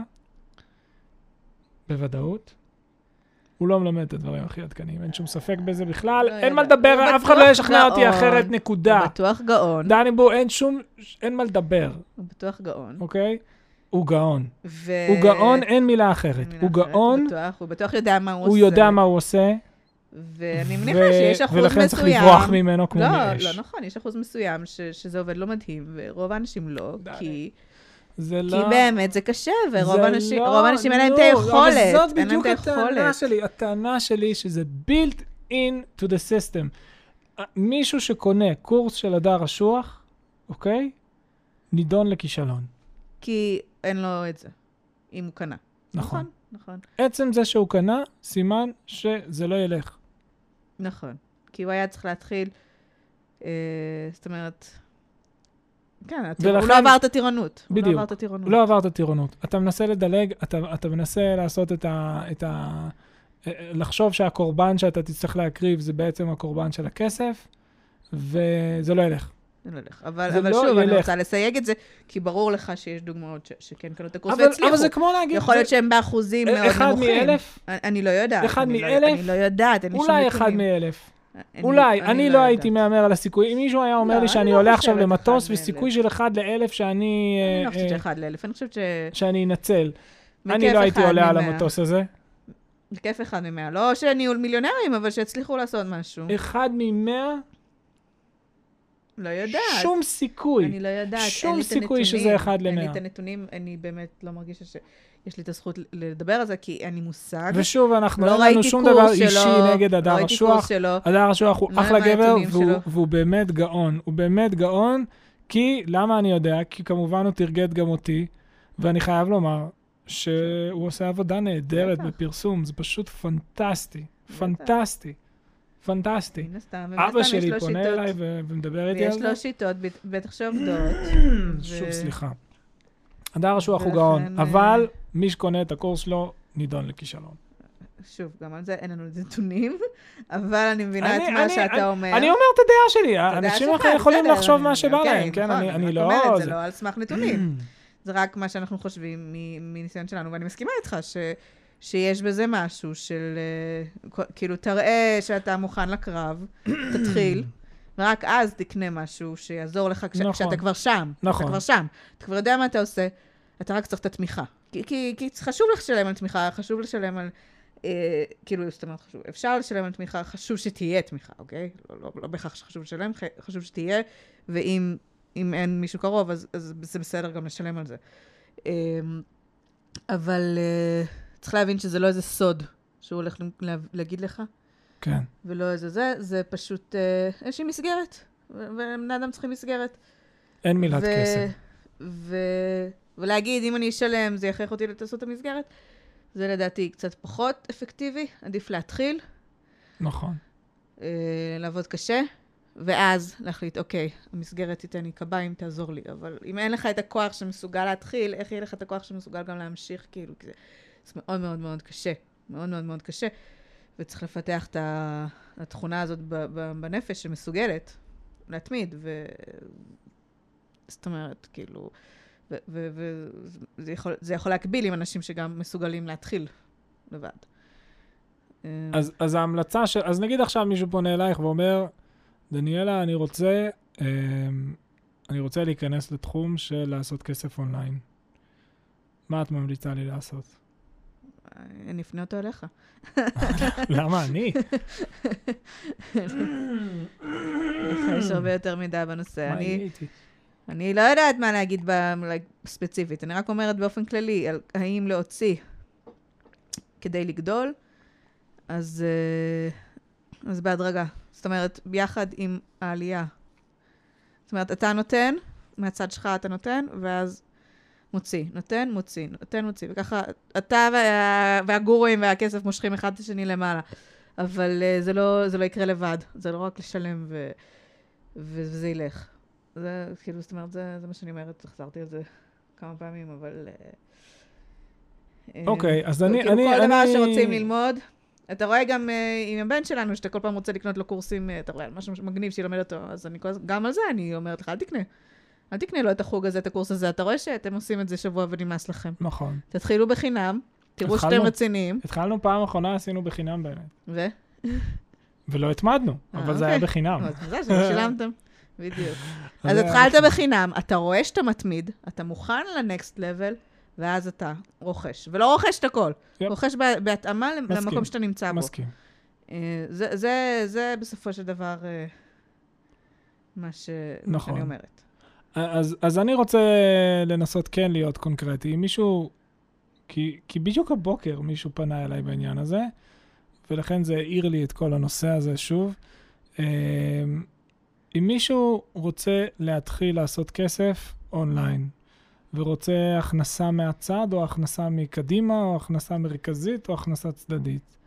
בוודאות. הוא לא מלמד את הדברים הכי עדכניים, אין שום ספק בזה בכלל, אין מה לדבר, אף אחד לא ישכנע אותי אחרת, נקודה. הוא בטוח גאון. דני בו, אין שום, אין מה לדבר. הוא בטוח גאון. אוקיי? הוא גאון. הוא גאון, אין מילה אחרת. הוא גאון. הוא בטוח יודע מה הוא עושה. הוא יודע מה הוא עושה. ואני מניחה שיש אחוז מסוים. ולכן צריך לברוח ממנו כמו מאש. לא, לא נכון, יש אחוז מסוים שזה עובד לא מדהים, ורוב האנשים לא, כי... זה לא... כי באמת זה קשה, ורוב זה האנשים, לא- רוב האנשים אין להם את לא, היכולת. אבל זאת אין להם בדיוק את הטענה היכולת. שלי. הטענה שלי שזה built in to the system. מישהו שקונה קורס של הדר אשוח, אוקיי? נידון לכישלון. כי אין לו את זה, אם הוא קנה. נכון. נכון, נכון. עצם זה שהוא קנה, סימן שזה לא ילך. נכון. כי הוא היה צריך להתחיל, אה, זאת אומרת, כן, הטיר- הוא ולכן- לא עבר את הטירונות. הוא בדיוק. לא עבר את הטירונות. הוא לא עבר את הטירונות. אתה מנסה לדלג, אתה, אתה מנסה לעשות את ה, את ה... לחשוב שהקורבן שאתה תצטרך להקריב זה בעצם הקורבן של הכסף, וזה לא ילך. זה לא ילך. אבל, זה אבל לא שוב, אני ילך. רוצה לסייג את זה, כי ברור לך שיש דוגמאות ש, שכן קנו את הקורס אבל, והצליחו. אבל זה כמו להגיד... יכול להיות זה, שהם באחוזים מאוד אחד נמוכים. מאלף? אני, אני לא יודעת. אחד אני לא- מאלף? אני לא יודעת, אין לי שום אולי נתונים. אחד מאלף. אני- אולי, אני לא יודעת. הייתי מהמר על הסיכוי. אם מישהו היה אומר לא, לי אני שאני לא עולה חושבת עכשיו למטוס, אחד וסיכוי מאלף. של אחד לאלף שאני... אני לא אה, חושבת אה, שאחד לאלף, אני חושבת ש... שאני אנצל. אני בכיף לא הייתי אחד עולה על ממאה. המטוס הזה. בכיף אחד ממאה. לא שאני מיליונרים, אבל שהצליחו לעשות משהו. אחד ממאה, לא יודעת. שום סיכוי. אני לא יודעת. שום אין לי את סיכוי הנתונים. שזה אחד אין לי למאה. את הנתונים, אני באמת לא מרגישה שיש לי את הזכות לדבר על זה, כי אין לי מושג. ושוב, אנחנו, לא אין לנו ראיתי שום קורס דבר שלו, אישי נגד לא הדר ראיתי אשוח. קורס שלו. הדר אשוח הוא לא אחלה עם גבר, הנתונים והוא, שלו. והוא באמת גאון. הוא באמת גאון, כי, למה אני יודע? כי כמובן הוא תרגט גם אותי, ואני חייב לומר שהוא עושה עבודה נהדרת בטח. בפרסום, זה פשוט פנטסטי, פנטסטי, פנטסטי. מן הסתם, ומן אבא הסתם יש שלי לו פונה שיטות. אליי ו- ומדבר איתי על ויש זה. לו שיטות, בט- בטח שעובדות. שוב, ו- סליחה. הדר אשוח הוא ולכן, גאון, אה, אבל מי שקונה את הקורס שלו, נידון לכישלון. שוב, גם על זה אין לנו נתונים, אבל אני מבינה את אני- מה אני- שאתה אני- אומר. אני אומר את הדעה שלי, אתה יודע האנשים שלך, אחרים יכולים בסדר, לחשוב אני- מה שבא אוקיי, להם, כן? נכון, אני אני רק לא... אומרת, זה זה- לא על סמך נתונים. זה רק מה שאנחנו חושבים מ- מניסיון שלנו, ואני מסכימה איתך ש... שיש בזה משהו של, uh, כאילו, תראה שאתה מוכן לקרב, תתחיל, ורק אז תקנה משהו שיעזור לך כש... נכון. כשאתה כבר שם. נכון. אתה כבר שם. אתה כבר יודע מה אתה עושה, אתה רק צריך את התמיכה. כי, כי, כי חשוב לשלם על תמיכה, חשוב לשלם על... אה, כאילו, זאת אומרת, חשוב, אפשר לשלם על תמיכה, חשוב שתהיה תמיכה, אוקיי? לא, לא, לא בהכרח שחשוב לשלם, חשוב שתהיה, ואם אם אין מישהו קרוב, אז, אז זה בסדר גם לשלם על זה. אה, אבל אה, צריך להבין שזה לא איזה סוד שהוא הולך לה, להגיד לך, כן. ולא איזה זה, זה פשוט אה, איזושהי מסגרת, ובני אדם צריכים מסגרת. אין מילת ו- קסם. ו- ולהגיד, אם אני אשלם, זה יכריח אותי לעשות את המסגרת, זה לדעתי קצת פחות אפקטיבי, עדיף להתחיל, נכון. אה, לעבוד קשה, ואז להחליט, אוקיי, המסגרת תיתן לי קביים, תעזור לי, אבל אם אין לך את הכוח שמסוגל להתחיל, איך יהיה לך את הכוח שמסוגל גם להמשיך, כאילו, כי זה, זה מאוד מאוד מאוד קשה, מאוד מאוד מאוד קשה, וצריך לפתח את ה- התכונה הזאת ב- ב- בנפש שמסוגלת להתמיד, ו... זאת אומרת, כאילו, וזה יכול, זה יכול להקביל עם אנשים שגם מסוגלים להתחיל לבד. אז, אז ההמלצה של, אז נגיד עכשיו מישהו פונה אלייך ואומר, דניאלה, אני רוצה, אה, אני רוצה להיכנס לתחום של לעשות כסף אונליין. מה את ממליצה לי לעשות? אני אפנה אותו אליך. למה אני? יש הרבה יותר מידע בנושא. מה אני, הייתי? אני לא יודעת מה להגיד ב- ספציפית, אני רק אומרת באופן כללי, על האם להוציא כדי לגדול, אז, אה, אז בהדרגה. זאת אומרת, ביחד עם העלייה. זאת אומרת, אתה נותן, מהצד שלך אתה נותן, ואז מוציא. נותן, מוציא, נותן, מוציא. וככה, אתה וה, והגורואים והכסף מושכים אחד את השני למעלה. אבל uh, זה, לא, זה לא יקרה לבד. זה לא רק לשלם ו, ו, וזה ילך. זה, כאילו, זאת אומרת, זה, זה מה שאני אומרת. חזרתי על זה כמה פעמים, אבל... אוקיי, אז אני... כאילו, אני, כל אני... דבר שרוצים ללמוד, אתה רואה גם uh, עם הבן שלנו, שאתה כל פעם רוצה לקנות לו קורסים, uh, אתה רואה, משהו מגניב שילמד אותו, אז אני, גם על זה אני אומרת לך, אל תקנה. אל תקנה לו את החוג הזה, את הקורס הזה, אתה רואה שאתם עושים את זה שבוע ונמאס לכם. נכון. תתחילו בחינם, תראו התחלנו. שאתם רציניים, התחלנו פעם אחרונה, עשינו בחינם באמת. ו... ולא התמדנו, אה, אבל זה היה אוקיי. בחינם. אז מזל שלא שילמתם. בדיוק. אז זה היה התחלת בחינם, אתה רואה שאתה מתמיד, אתה מוכן לנקסט לבל, ואז אתה רוכש. ולא רוכש את הכל. יפ. רוכש בה- בהתאמה מסכים. למקום שאתה נמצא בו. מסכים. אה, זה, זה, זה בסופו של דבר אה, מה ש... מה נכון. שאני אומרת. אז, אז אני רוצה לנסות כן להיות קונקרטי. מישהו, כי, כי בדיוק הבוקר מישהו פנה אליי בעניין הזה, ולכן זה העיר לי את כל הנושא הזה שוב. אם מישהו רוצה להתחיל לעשות כסף אונליין, ורוצה הכנסה מהצד, או הכנסה מקדימה, או הכנסה מרכזית, או הכנסה צדדית,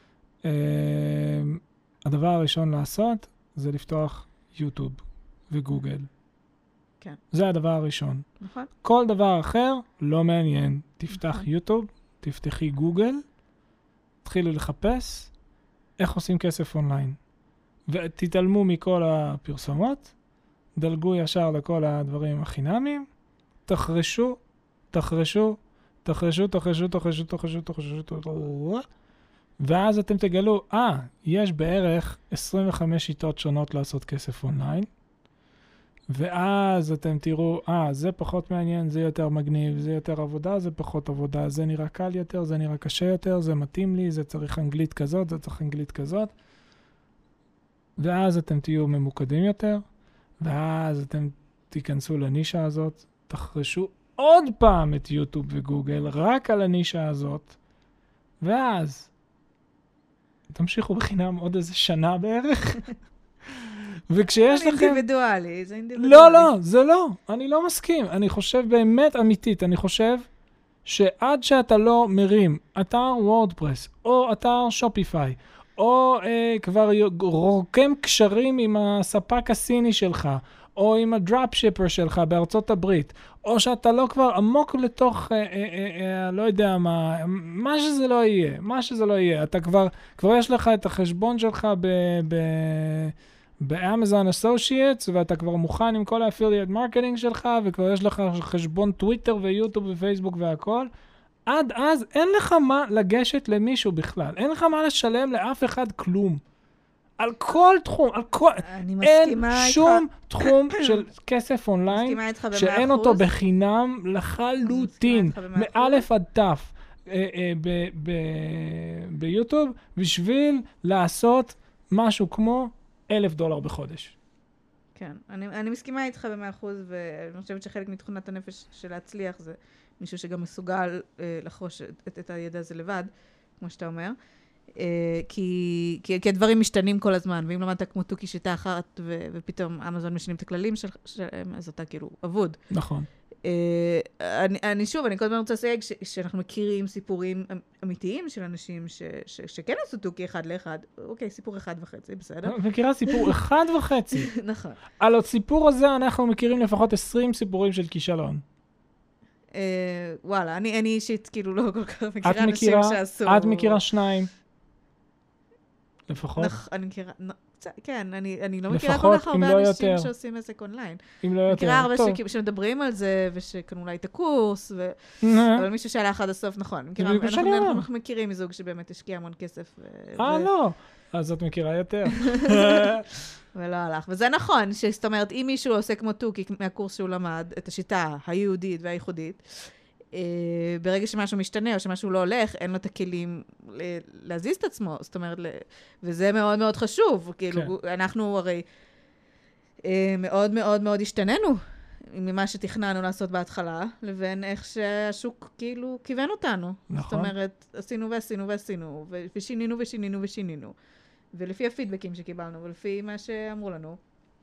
הדבר הראשון לעשות זה לפתוח יוטיוב וגוגל. כן. זה הדבר הראשון. נכון. כל דבר אחר לא מעניין. תפתח נכון. יוטיוב, תפתחי גוגל, תתחילו לחפש איך עושים כסף אונליין. ותתעלמו מכל הפרסומות, דלגו ישר לכל הדברים החינמיים, תחרשו, תחרשו, תחרשו, תחרשו, תחרשו, תחרשו, תחרשו, תחרשו, ואז אתם תגלו, אה, יש בערך עשרים וחמש שיטות שונות לעשות כסף אונליין, ואז אתם תראו, אה, זה פחות מעניין, זה יותר מגניב, זה יותר עבודה, זה פחות עבודה, זה נראה קל יותר, זה נראה קשה יותר, זה מתאים לי, זה צריך אנגלית כזאת, זה צריך אנגלית כזאת, ואז אתם תהיו ממוקדים יותר, ואז אתם תיכנסו לנישה הזאת, תחרשו עוד פעם את יוטיוב וגוגל, רק על הנישה הזאת, ואז תמשיכו בחינם עוד איזה שנה בערך, וכשיש לכם... זה אינדיבידואלי, זה אינדיבידואלי. לא, לא, זה לא, אני לא מסכים. אני חושב באמת אמיתית, אני חושב שעד שאתה לא מרים אתר וורדפרס, או אתר שופיפיי, או אה, כבר רוקם קשרים עם הספק הסיני שלך, או עם הדראפשיפר שלך בארצות הברית, או שאתה לא כבר עמוק לתוך, אה, אה, אה, לא יודע מה, מה שזה לא יהיה, מה שזה לא יהיה. אתה כבר, כבר יש לך את החשבון שלך ב... ב באמזון אסושייטס, ואתה כבר מוכן עם כל האפילייט מרקטינג שלך, וכבר יש לך חשבון טוויטר ויוטיוב ופייסבוק והכל, עד אז אין לך מה לגשת למישהו בכלל. אין לך מה לשלם לאף אחד כלום. על כל תחום, על כל... אין שום תחום של כסף אונליין, שאין אותו בחינם לחלוטין, מאלף עד תף, ביוטיוב, בשביל לעשות משהו כמו אלף דולר בחודש. כן, אני, אני מסכימה איתך במאה אחוז, ואני חושבת שחלק מתכונת הנפש של להצליח זה מישהו שגם מסוגל אה, לחוש את, את הידע הזה לבד, כמו שאתה אומר. אה, כי, כי, כי הדברים משתנים כל הזמן, ואם למדת כמו תוכי שיטה אחת, ו, ופתאום אמזון משנים את הכללים של, שלהם, אז אתה כאילו אבוד. נכון. אני, אני שוב, אני כל הזמן רוצה לסייג ש, שאנחנו מכירים סיפורים אמיתיים של אנשים ש, ש, שכן עשו תוכי אחד לאחד. אוקיי, סיפור אחד וחצי, בסדר? מכירה סיפור אחד וחצי. נכון. על הסיפור הזה אנחנו מכירים לפחות עשרים סיפורים של כישלון. וואלה, אני אישית כאילו לא כל כך מכירה אנשים שעשו... את מכירה שניים. לפחות. אני מכירה... כן, אני, אני לא מכירה כל כך הרבה לא אנשים יותר. שעושים עסק אונליין. אם לא יותר. מכירה הרבה ש... שמדברים על זה, ושקנו אולי את הקורס, ו... אבל מישהו שהלך עד הסוף, נכון. מכירה, אנחנו, אנחנו, אנחנו מכירים מזוג שבאמת השקיע המון כסף. אה, ו... לא. אז את מכירה יותר. ולא הלך. וזה נכון, זאת אומרת, אם מישהו עושה כמו תוכי מהקורס שהוא למד, את השיטה היהודית והייחודית, ברגע שמשהו משתנה או שמשהו לא הולך, אין לו את הכלים להזיז את עצמו, זאת אומרת, וזה מאוד מאוד חשוב, כאילו, אנחנו הרי מאוד מאוד מאוד השתננו ממה שתכננו לעשות בהתחלה, לבין איך שהשוק כאילו כיוון אותנו. נכון. זאת אומרת, עשינו ועשינו ועשינו, ושינינו ושינינו ושינינו, ולפי הפידבקים שקיבלנו, ולפי מה שאמרו לנו,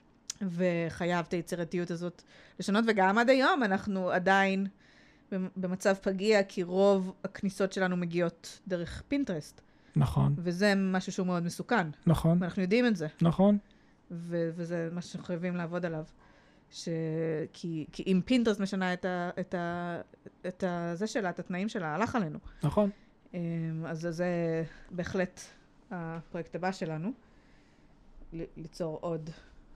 וחייב את היצירתיות הזאת לשנות, וגם עד היום אנחנו עדיין במצב פגיע, כי רוב הכניסות שלנו מגיעות דרך פינטרסט. נכון. וזה משהו שהוא מאוד מסוכן. נכון. ואנחנו יודעים את זה. נכון. ו- וזה מה שאנחנו חייבים לעבוד עליו. ש- כי, כי אם פינטרסט משנה את ה- את ה- את ה- זה שלה, את התנאים שלה, הלך עלינו. נכון. אז זה בהחלט הפרויקט הבא שלנו, ליצור עוד...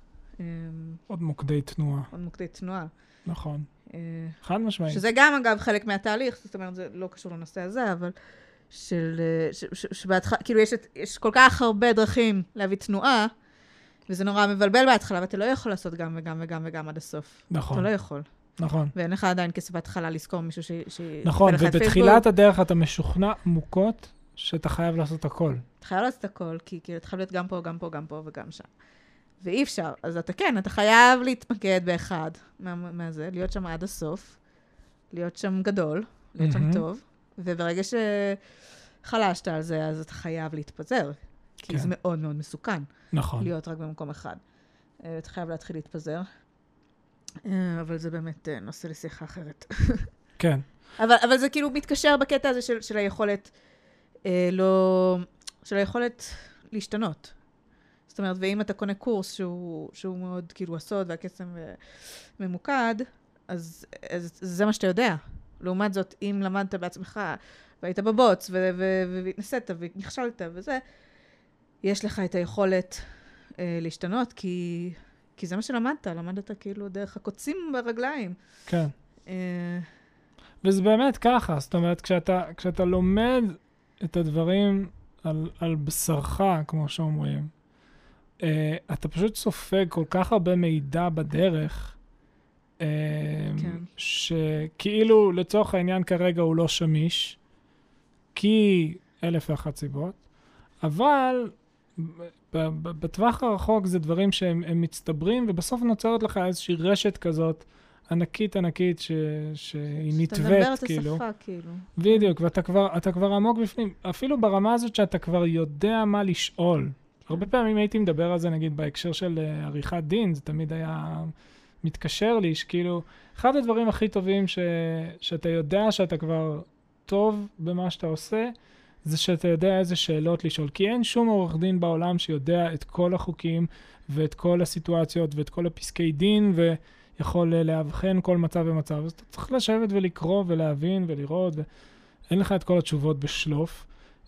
עוד מוקדי תנועה. עוד מוקדי תנועה. נכון. חד משמעית. שזה גם, אגב, חלק מהתהליך, זאת אומרת, זה לא קשור לנושא הזה, אבל של... שבהתחלה, כאילו, יש, יש כל כך הרבה דרכים להביא תנועה, וזה נורא מבלבל בהתחלה, ואתה לא יכול לעשות גם וגם וגם וגם עד הסוף. נכון. אתה לא יכול. נכון. ואין לך עדיין כסף בהתחלה לזכור מישהו ש... נכון, ובתחילת הדרך אתה משוכנע עמוקות שאתה חייב לעשות הכל. אתה חייב לעשות הכל, כי אתה חייב להיות גם פה, גם פה, גם פה וגם שם. ואי אפשר. אז אתה כן, אתה חייב להתמקד באחד מה, מה זה, להיות שם עד הסוף, להיות שם גדול, להיות שם טוב, וברגע שחלשת על זה, אז אתה חייב להתפזר, כי כן. זה מאוד מאוד מסוכן. נכון. להיות רק במקום אחד. אתה חייב להתחיל להתפזר, אבל זה באמת נושא לשיחה אחרת. כן. אבל, אבל זה כאילו מתקשר בקטע הזה של, של היכולת, אה, לא, של היכולת להשתנות. זאת אומרת, ואם אתה קונה קורס שהוא, שהוא מאוד כאילו הסוד והקסם ממוקד, אז, אז זה מה שאתה יודע. לעומת זאת, אם למדת בעצמך, והיית בבוץ, והתנסית, ונכשלת, וזה, יש לך את היכולת אה, להשתנות, כי, כי זה מה שלמדת. למדת כאילו דרך הקוצים ברגליים. כן. אה, וזה באמת ככה, זאת אומרת, כשאתה, כשאתה לומד את הדברים על, על בשרך, כמו שאומרים, uh, אתה פשוט סופג כל כך הרבה מידע בדרך, uh, כן. שכאילו לצורך העניין כרגע הוא לא שמיש, כי אלף ואחת סיבות, אבל ב- ב- בטווח הרחוק זה דברים שהם הם מצטברים, ובסוף נוצרת לך איזושהי רשת כזאת, ענקית ענקית ש... שהיא נתוות, כאילו. שאתה מדבר את השפה, כאילו. בדיוק, ואתה כבר, אתה כבר עמוק בפנים. אפילו ברמה הזאת שאתה כבר יודע מה לשאול. הרבה פעמים הייתי מדבר על זה, נגיד, בהקשר של uh, עריכת דין, זה תמיד היה מתקשר לי, שכאילו, אחד הדברים הכי טובים ש... שאתה יודע שאתה כבר טוב במה שאתה עושה, זה שאתה יודע איזה שאלות לשאול. כי אין שום עורך דין בעולם שיודע את כל החוקים, ואת כל הסיטואציות, ואת כל הפסקי דין, ו... יכול להבחן כל מצב ומצב. אז אתה צריך לשבת ולקרוא ולהבין ולראות, ואין לך את כל התשובות בשלוף.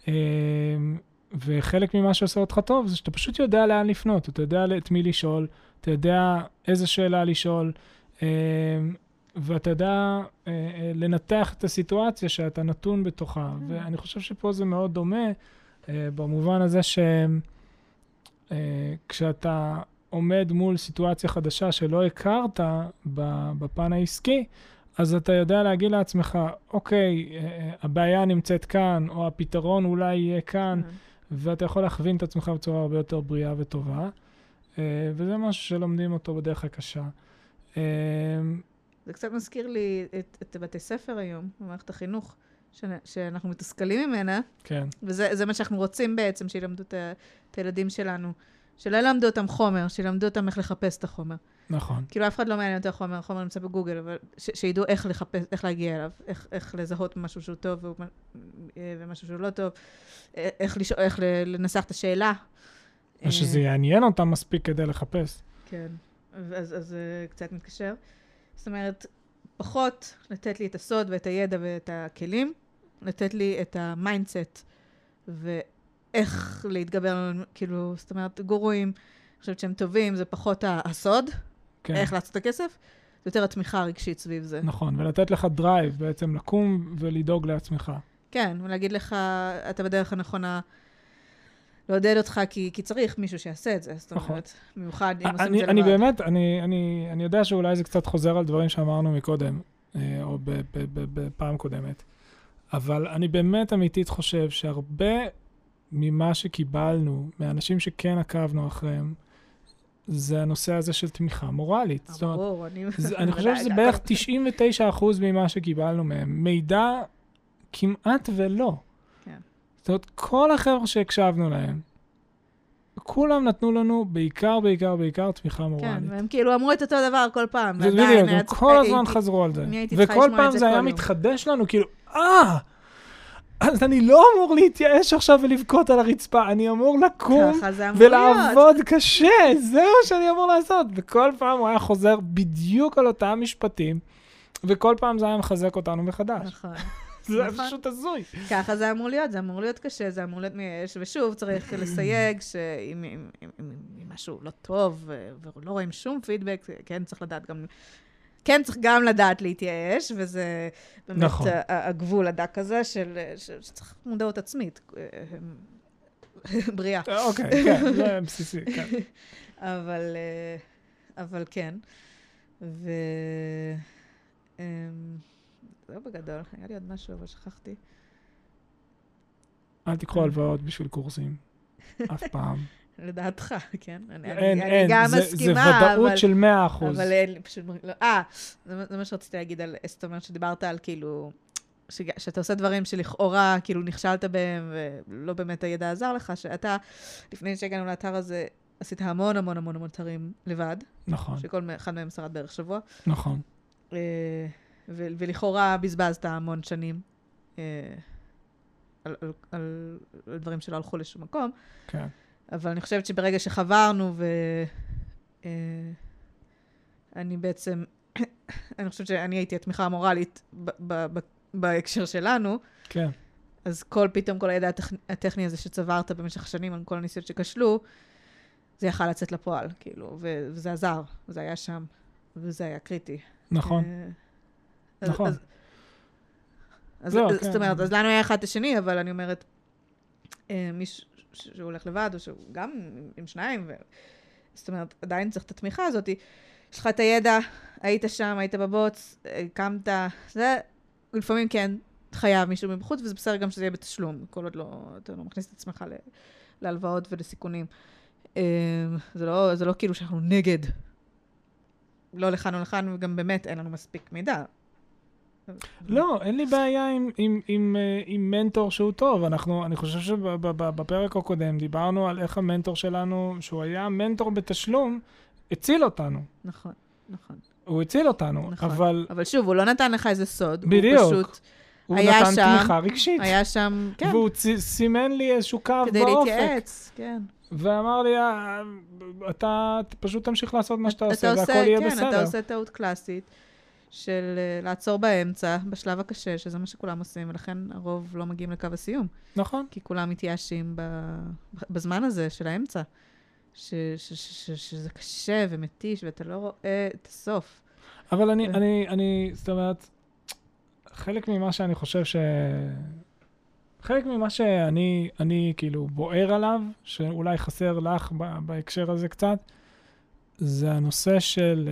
וחלק ממה שעושה אותך טוב, זה שאתה פשוט יודע לאן לפנות, אתה יודע את מי לשאול, אתה יודע איזה שאלה לשאול, ואתה יודע לנתח את הסיטואציה שאתה נתון בתוכה. ואני חושב שפה זה מאוד דומה, במובן הזה שכשאתה עומד מול סיטואציה חדשה שלא הכרת בפן העסקי, אז אתה יודע להגיד לעצמך, אוקיי, הבעיה נמצאת כאן, או הפתרון אולי יהיה כאן, ואתה יכול להכווין את עצמך בצורה הרבה יותר בריאה וטובה, וזה משהו שלומדים אותו בדרך הקשה. זה קצת מזכיר לי את, את בתי ספר היום, במערכת החינוך, שאנחנו מתוסכלים ממנה, כן. וזה מה שאנחנו רוצים בעצם, שילמדו את, את הילדים שלנו. שלא ילמדו אותם חומר, שילמדו אותם איך לחפש את החומר. נכון. כאילו, אף אחד לא מעניין יותר חומר, החומר נמצא בגוגל, אבל ש- שידעו איך לחפש, איך להגיע אליו, איך, איך לזהות משהו שהוא טוב ומשהו שהוא לא טוב, איך, לשאול, איך לנסח את השאלה. ושזה יעניין אותם מספיק כדי לחפש. כן, אז, אז זה קצת מתקשר. זאת אומרת, פחות לתת לי את הסוד ואת הידע ואת הכלים, לתת לי את המיינדסט ו... איך להתגבר, כאילו, זאת אומרת, גורואים, אני חושבת שהם טובים, זה פחות הסוד, כן. איך לעשות את הכסף, זה יותר התמיכה הרגשית סביב זה. נכון, ולתת לך דרייב בעצם, לקום ולדאוג לעצמך. כן, ולהגיד לך, אתה בדרך הנכונה, לעודד אותך, כי, כי צריך מישהו שיעשה את זה, זאת אומרת, נכון. במיוחד אם עושים את זה לבד. אני באמת, אני, אני, אני יודע שאולי זה קצת חוזר על דברים שאמרנו מקודם, או בפעם קודמת, אבל אני באמת אמיתית חושב שהרבה ממה שקיבלנו, מאנשים שכן עקבנו אחריהם, זה הנושא הזה של תמיכה מורלית. ברור, אני... אני חושב שזה בערך תשעים ותשעה אחוז ממה שקיבלנו מהם. מידע כמעט ולא. כן. זאת אומרת, כל החבר'ה שהקשבנו להם, כולם נתנו לנו בעיקר, בעיקר, בעיקר תמיכה מורלית. כן, והם כאילו אמרו את אותו דבר כל פעם. בדיוק, הם כל הזמן חזרו על זה. וכל פעם זה היה מתחדש לנו, כאילו, אה! אז אני לא אמור להתייאש עכשיו ולבכות על הרצפה, אני אמור לקום ולעבוד קשה, זה מה שאני אמור לעשות. וכל פעם הוא היה חוזר בדיוק על אותם משפטים, וכל פעם זה היה מחזק אותנו מחדש. נכון. זה פשוט הזוי. ככה זה אמור להיות, זה אמור להיות קשה, זה אמור להיות מייאש, ושוב צריך לסייג שאם משהו לא טוב, ולא רואים שום פידבק, כן, צריך לדעת גם... כן, צריך גם לדעת להתייאש, וזה באמת נכון. הגבול הדק הזה של, שצריך מודעות עצמית, בריאה. אוקיי, כן, זה בסיסי, כן. אבל, אבל כן. ו... זהו בגדול, היה לי עוד משהו, אבל שכחתי. אל תקחו הלוואות בשביל קורסים, אף פעם. לדעתך, כן? אני, אין, אני, אין, אני גם זה, מסכימה, זה ודאות אבל, של מאה אחוז. אבל אין לי פשוט... לא, אה, זה, זה מה שרציתי להגיד על, זאת אומרת שדיברת על כאילו, ש, שאתה עושה דברים שלכאורה, כאילו נכשלת בהם, ולא באמת הידע עזר לך, שאתה, לפני שהגענו לאתר הזה, עשית המון המון המון המון אתרים לבד. נכון. שכל אחד מהם שרד בערך שבוע. נכון. ו- ולכאורה בזבזת המון שנים על, על, על, על דברים שלא הלכו לשום מקום. כן. אבל אני חושבת שברגע שחברנו ואני בעצם, אני חושבת שאני הייתי התמיכה המורלית ב- ב- ב- בהקשר שלנו. כן. אז כל פתאום, כל הידע הטכ... הטכני הזה שצברת במשך שנים על כל הניסיונות שכשלו, זה יכל לצאת לפועל, כאילו, ו- וזה עזר, וזה היה שם, וזה היה קריטי. נכון. אז, נכון. אז, אז, לא, אז, כן. זאת אומרת, אז לנו היה אחד את השני, אבל אני אומרת, מישהו שהוא הולך לבד, או שהוא גם עם שניים, ו... זאת אומרת, עדיין צריך את התמיכה הזאת. יש לך את הידע, היית שם, היית בבוץ, קמת, זה לפעמים כן חייב מישהו מבחוץ, וזה בסדר גם שזה יהיה בתשלום, כל עוד לא, אתה לא מכניס את עצמך ל, להלוואות ולסיכונים. זה לא, זה לא כאילו שאנחנו נגד, לא לכאן או לכאן, וגם באמת אין לנו מספיק מידע. לא, אין לי בעיה עם, עם, עם, עם מנטור שהוא טוב. אנחנו, אני חושב שבפרק הקודם דיברנו על איך המנטור שלנו, שהוא היה מנטור בתשלום, הציל אותנו. נכון, נכון. הוא הציל אותנו, נכון. אבל... אבל שוב, הוא לא נתן לך איזה סוד. בדיוק. הוא פשוט הוא היה נתן שם, תמיכה רגשית. היה שם, כן. והוא צ... סימן לי איזשהו קו כדי באופק. כדי להתייעץ, כן. ואמר לי, אתה פשוט תמשיך לעשות מה שאתה עושה, עושה, והכל יהיה כן, בסדר. אתה עושה טעות קלאסית של uh, לעצור באמצע, בשלב הקשה, שזה מה שכולם עושים, ולכן הרוב לא מגיעים לקו הסיום. נכון. כי כולם מתייאשים ב... בזמן הזה של האמצע, ש... ש... ש... ש... שזה קשה ומתיש, ואתה לא רואה את הסוף. אבל אני, אני, אני, זאת אומרת, חלק ממה שאני חושב ש... חלק ממה שאני, אני כאילו בוער עליו, שאולי חסר לך בהקשר הזה קצת, זה הנושא של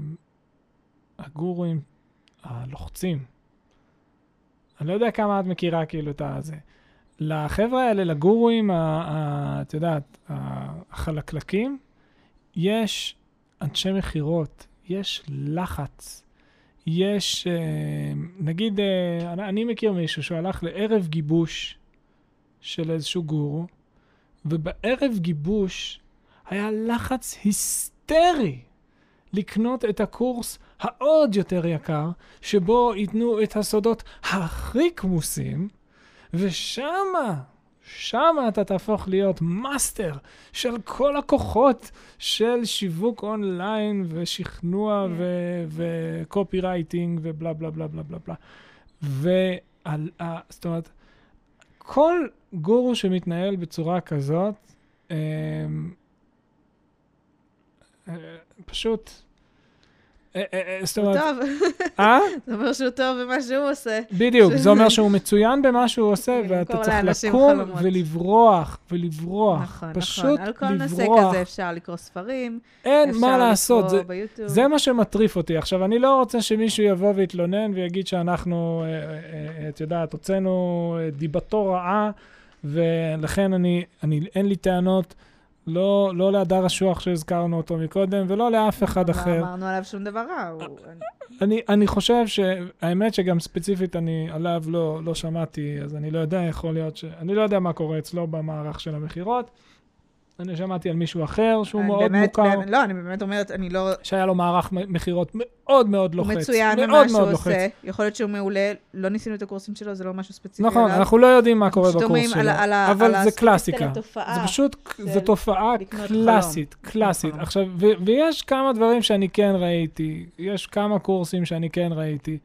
uh, הגורואים הלוחצים. אני לא יודע כמה את מכירה כאילו את הזה. לחבר'ה האלה, לגורואים, את יודעת, החלקלקים, יש אנשי מחירות, יש לחץ, יש, נגיד, אני מכיר מישהו שהלך לערב גיבוש של איזשהו גורו, ובערב גיבוש היה לחץ היסטרי לקנות את הקורס העוד יותר יקר, שבו ייתנו את הסודות הכי כמוסים, ושמה, שמה אתה תהפוך להיות מאסטר של כל הכוחות של שיווק אונליין ושכנוע yeah. וקופי רייטינג ובלה בלה בלה בלה בלה בלה. ועל, זאת אומרת, כל גורו שמתנהל בצורה כזאת, אה, אה, פשוט... הוא טוב. אה? זה אומר שהוא טוב במה שהוא עושה. בדיוק, זה אומר שהוא מצוין במה שהוא עושה, ואתה צריך לקום ולברוח, ולברוח. נכון, פשוט נכון. על כל נושא כזה אפשר לקרוא ספרים. אין מה לעשות, ביוטיוב. זה מה שמטריף אותי. עכשיו, אני לא רוצה שמישהו יבוא ויתלונן ויגיד שאנחנו, את יודעת, הוצאנו דיבתו רעה, ולכן אני, אין לי טענות, לא, לא להדר השוח שהזכרנו אותו מקודם, ולא לאף אחד אחר. לא אמרנו עליו שום דבר רע. אני, אני חושב שהאמת שגם ספציפית אני עליו לא, לא שמעתי, אז אני לא יודע, יכול להיות ש... אני לא יודע מה קורה אצלו במערך של המחירות. אני שמעתי על מישהו אחר שהוא מאוד באמת, מוכר. באמת, לא, אני באמת אומרת, אני לא... שהיה לו מערך מחירות מאוד מאוד לוחץ. הוא מצוין במה שהוא עושה. יכול להיות שהוא מעולה, לא ניסינו את הקורסים שלו, זה לא משהו ספציפי. נכון, אנחנו לא יודעים מה קורה בקורס שלו. אבל זה קלאסיקה. זה פשוט, זו תופעה קלאסית, קלאסית. עכשיו, ויש כמה דברים שאני כן ראיתי, יש כמה קורסים שאני כן ראיתי,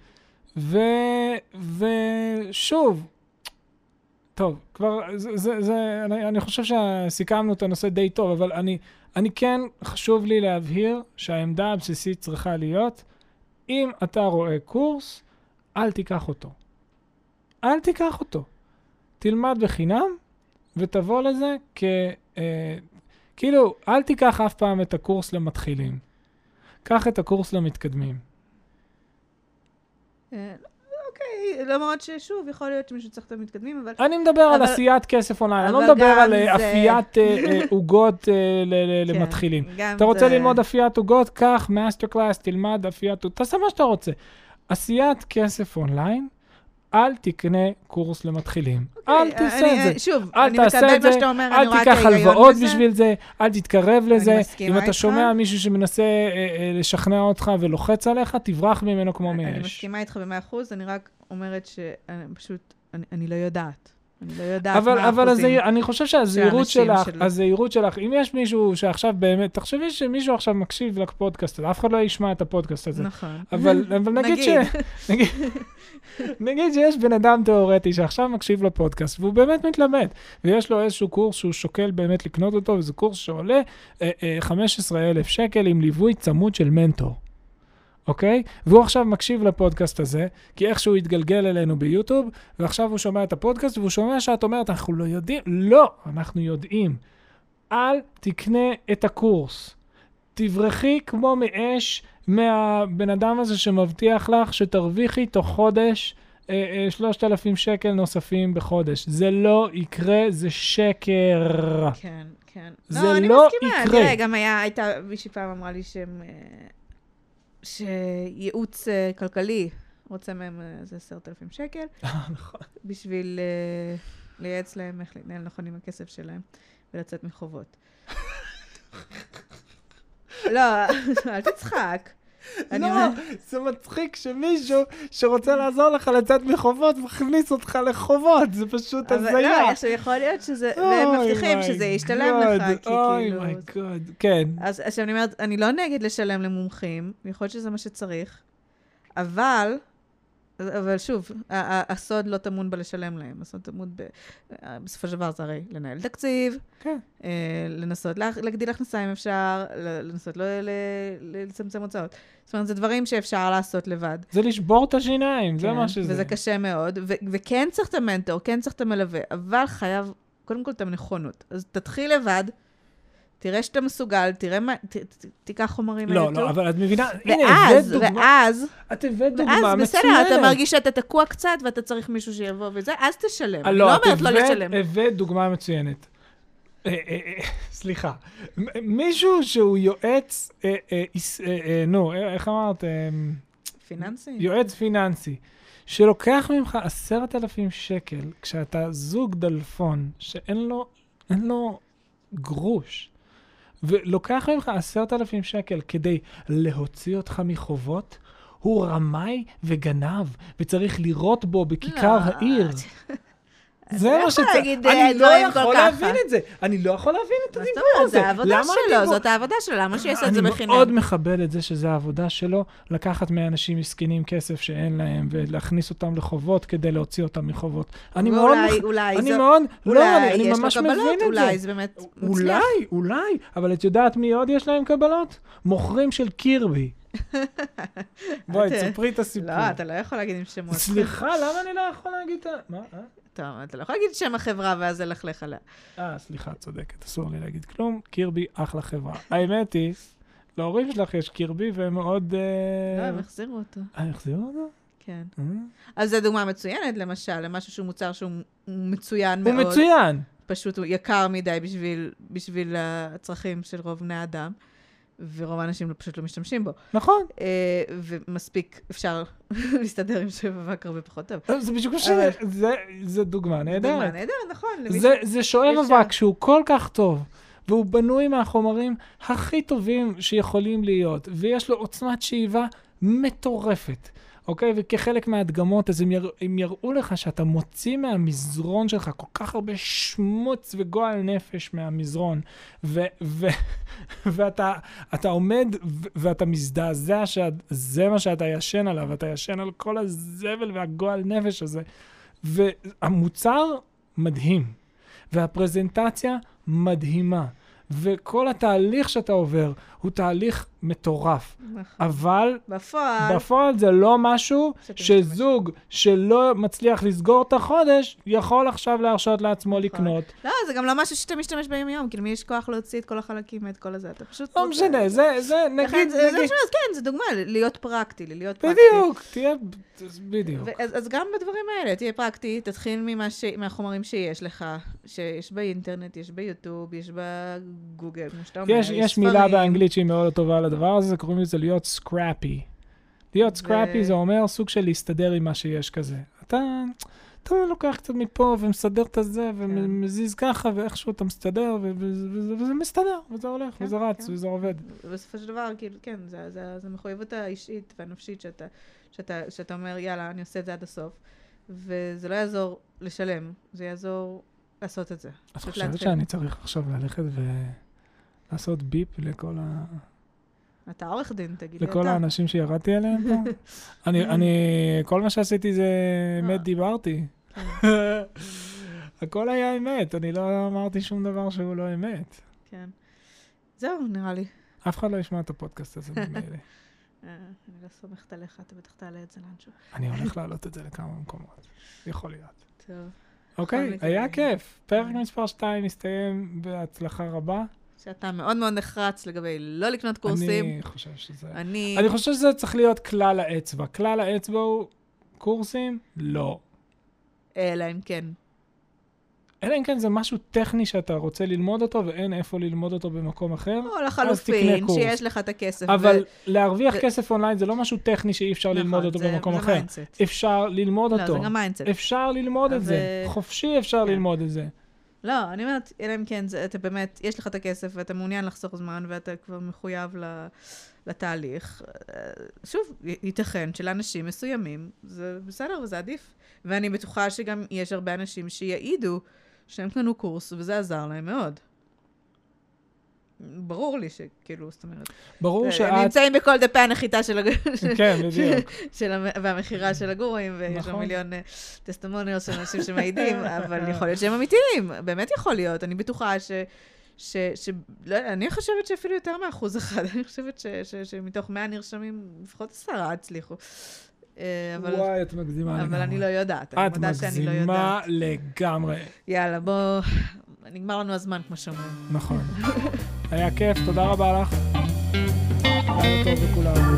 ושוב, טוב, כבר, זה, זה, זה, אני, אני חושב שסיכמנו את הנושא די טוב, אבל אני, אני כן חשוב לי להבהיר שהעמדה הבסיסית צריכה להיות, אם אתה רואה קורס, אל תיקח אותו. אל תיקח אותו. תלמד בחינם, ותבוא לזה כ... אה, כאילו, אל תיקח אף פעם את הקורס למתחילים. קח את הקורס למתקדמים. אוקיי, למרות ששוב, יכול להיות שמישהו צריך את המתקדמים, אבל... אני מדבר על עשיית כסף אונליין, אני לא מדבר על אפיית עוגות למתחילים. אתה רוצה ללמוד אפיית עוגות? קח מאסטר קלאס, תלמד אפיית עוגות, תעשה מה שאתה רוצה. עשיית כסף אונליין, אל תקנה קורס למתחילים. אל תעשה את זה. שוב, אני מקבל מה שאתה אומר, אני רואה את ההיגיון בזה. אל תיקח הלוואות בשביל זה, אל תתקרב לזה. אם אתה שומע מישהו שמנסה לשכנע אותך ולוחץ עליך, תברח ממנו כמו מאש. אני מסכימה איתך במאה אחוז, אני רק אומרת שפשוט, אני לא יודעת. אני לא יודעת מה אבל אני חושב שהזהירות שלך, הזהירות שלך, אם יש מישהו שעכשיו באמת, תחשבי שמישהו עכשיו מקשיב לפודקאסט הזה, אף אחד לא ישמע את הפודקאסט הזה. נכון. אבל נגיד ש... נגיד שיש בן אדם תיאורטי שעכשיו מקשיב לפודקאסט, והוא באמת מתלמד, ויש לו איזשהו קורס שהוא שוקל באמת לקנות אותו, וזה קורס שעולה חמישה עשר אלף שקל עם ליווי צמוד של מנטור. אוקיי? והוא עכשיו מקשיב לפודקאסט הזה, כי איכשהו התגלגל אלינו ביוטיוב, ועכשיו הוא שומע את הפודקאסט, והוא שומע שאת אומרת, אנחנו לא יודעים. לא, אנחנו יודעים. אל תקנה את הקורס. תברחי כמו מאש מהבן אדם הזה שמבטיח לך שתרוויחי תוך חודש שלושת אלפים שקל נוספים בחודש. זה לא יקרה, זה שקר. כן, כן. זה לא, אני לא מסכימה. יקרה. תראה, גם היה, הייתה, מישהי פעם אמרה לי שהם... שייעוץ uh, כלכלי רוצה מהם איזה עשרת אלפים שקל, נכון. בשביל uh, לייעץ להם איך להתנהל נכון עם הכסף שלהם ולצאת מחובות. לא, אל תצחק. לא, זה מצחיק שמישהו שרוצה לעזור לך לצאת מחובות מכניס אותך לחובות, זה פשוט הזיה. לא, עכשיו יכול להיות שזה, והם מבטיחים שזה ישתלם לך, כי כאילו... אוי מי גוד, כן. אז עכשיו אני אומרת, אני לא נגד לשלם למומחים, יכול להיות שזה מה שצריך, אבל, אבל שוב, הסוד לא תמון בלשלם להם, הסוד תמון בסופו של דבר זה הרי לנהל תקציב, לנסות להגדיל הכנסה אם אפשר, לנסות לצמצם הוצאות. זאת אומרת, זה דברים שאפשר לעשות לבד. זה לשבור את השיניים, זה מה שזה. וזה קשה מאוד, וכן צריך את המנטור, כן צריך את המלווה, אבל חייב, קודם כל, את הנכונות. אז תתחיל לבד, תראה שאתה מסוגל, תראה מה, תיקח חומרים לא, לא, אבל את מבינה, הנה, הבאת דוגמה. ואז, את הבאת דוגמה מצוינת. ואז בסדר, אתה מרגיש שאתה תקוע קצת, ואתה צריך מישהו שיבוא וזה, אז תשלם. אני לא אומרת לא לשלם. הבאת דוגמה מצוינת. סליחה, מישהו שהוא יועץ, נו, איך אמרת? פיננסי? יועץ פיננסי, שלוקח ממך עשרת אלפים שקל, כשאתה זוג דלפון, שאין לו, אין לו גרוש, ולוקח ממך עשרת אלפים שקל כדי להוציא אותך מחובות, הוא רמאי וגנב, וצריך לראות בו בכיכר העיר. זה מה שצריך, אני לא יכול להבין את זה, אני לא יכול להבין את הדיבור הזה. זה העבודה שלו, זאת העבודה שלו, למה שיעשה את זה בחינם? אני מאוד מכבד את זה שזה העבודה שלו, לקחת מאנשים מסכנים כסף שאין להם, ולהכניס אותם לחובות כדי להוציא אותם מחובות. אני מאוד, אני מאוד, לא, אני ממש מבין את זה. אולי זה באמת מצליח. אולי, אולי, אבל את יודעת מי עוד יש להם קבלות? מוכרים של קירבי. בואי, תספרי את הסיפור. לא, אתה לא יכול להגיד עם שמות. סליחה, למה אני לא יכול להגיד את ה... מה? טוב, אתה לא יכול להגיד שם החברה ואז זה לחלך עליה. אה, סליחה, צודקת, אסור לי להגיד כלום. קירבי, אחלה חברה. האמת היא, להורים שלך יש קירבי והם מאוד... לא, הם החזירו אותו. אה, החזירו אותו? כן. אז זו דוגמה מצוינת, למשל, למשהו שהוא מוצר שהוא מצוין מאוד. הוא מצוין. פשוט הוא יקר מדי בשביל הצרכים של רוב בני האדם. ורוב האנשים פשוט לא משתמשים בו. נכון. ומספיק אפשר להסתדר עם שואב אבק הרבה פחות טוב. זה בדיוק שזה, זה דוגמה נהדרת. דוגמה נהדרת, נכון. זה שואב אבק שהוא כל כך טוב, והוא בנוי מהחומרים הכי טובים שיכולים להיות, ויש לו עוצמת שאיבה מטורפת. אוקיי? וכחלק מההדגמות, אז הם, יר, הם יראו לך שאתה מוציא מהמזרון שלך כל כך הרבה שמוץ וגועל נפש מהמזרון, ו, ו, ואתה אתה עומד ו, ואתה מזדעזע שזה מה שאתה ישן עליו, ואתה ישן על כל הזבל והגועל נפש הזה. והמוצר מדהים, והפרזנטציה מדהימה. וכל התהליך שאתה עובר הוא תהליך מטורף. נכון. אבל בפועל, בפועל זה לא משהו שאתה שזוג שלא מצליח לסגור את החודש, יכול עכשיו להרשות לעצמו לקנות. לא, זה גם לא משהו שאתה משתמש ביום יום, כאילו מי יש כוח להוציא את כל החלקים ואת כל הזה, אתה פשוט... לא משנה, זה, זה, לכן, נגיד, זה, זה נגיד. משהו, אז כן, זה דוגמה, להיות פרקטי, להיות פרקטי. בדיוק, תהיה, בדיוק. אז, אז גם בדברים האלה, תהיה פרקטי, תתחיל ממה ש... מהחומרים שיש לך, שיש באינטרנט, יש ביוטיוב, יש בגוגל, כמו שאתה אומר, יש, יש מילה באנגלית שהיא מאוד טובה על הדבר הזה, קוראים לזה להיות סקראפי. להיות סקראפי זה אומר סוג של להסתדר עם מה שיש כזה. אתה, אתה לוקח קצת מפה ומסדר את זה, ומזיז ככה, ואיכשהו אתה מסתדר, וזה מסתדר, וזה הולך, וזה רץ, וזה עובד. בסופו של דבר, כאילו, כן, זה מחויבות האישית והנפשית שאתה, שאתה, שאתה אומר, יאללה, אני עושה את זה עד הסוף, וזה לא יעזור לשלם, זה יעזור לעשות את זה. את חושבת שאני צריך עכשיו ללכת ולעשות ביפ לכל ה... אתה עורך דין, תגיד לי אתה. לכל האנשים שירדתי עליהם פה? אני, אני, כל מה שעשיתי זה אמת דיברתי. הכל היה אמת, אני לא אמרתי שום דבר שהוא לא אמת. כן. זהו, נראה לי. אף אחד לא ישמע את הפודקאסט הזה ממילא. אני לא סומכת עליך, אתה בטח תעלה את זה לאנשהו. אני הולך להעלות את זה לכמה מקומות. יכול להיות. טוב. אוקיי, היה כיף. פרק מספר שתיים מסתיים בהצלחה רבה. שאתה מאוד מאוד נחרץ לגבי לא לקנות קורסים. אני חושב שזה... אני... אני חושב שזה צריך להיות כלל האצבע. כלל האצבע הוא קורסים? לא. אלא אם כן. אלא אם כן זה משהו טכני שאתה רוצה ללמוד אותו, ואין איפה ללמוד אותו במקום אחר, או לחלופין, שיש לך את הכסף. אבל ו... להרוויח ו... כסף אונליין זה לא משהו טכני שאי אפשר נכון, ללמוד אותו זה, במקום זה אחר. מיינדסט. אפשר ללמוד לא, אותו. זה גם מיינדסט. אפשר ללמוד את זה. חופשי אפשר כן. ללמוד את זה. לא, אני אומרת, אלא אם כן, זה, אתה באמת, יש לך את הכסף ואתה מעוניין לחסוך זמן ואתה כבר מחויב לתהליך. שוב, ייתכן שלאנשים מסוימים זה בסדר וזה עדיף. ואני בטוחה שגם יש הרבה אנשים שיעידו שהם קנו קורס וזה עזר להם מאוד. ברור לי שכאילו, זאת אומרת... ברור שאת... הם נמצאים בכל דפי הנחיתה של הגורים. כן, בדיוק. והמחירה של הגורים, ויש שם מיליון טסטימוניאל של אנשים שמעידים, אבל יכול להיות שהם אמיתיים, באמת יכול להיות. אני בטוחה ש... ש... אני חושבת שאפילו יותר מאחוז אחד, אני חושבת שמתוך מאה נרשמים, לפחות עשרה הצליחו. וואי, את מגזימה לגמרי. אבל אני לא יודעת. את מגזימה לגמרי. יאללה, בוא... נגמר לנו הזמן, כמו שאומרים. נכון. היה כיף, תודה רבה לך. היה טוב לכולם.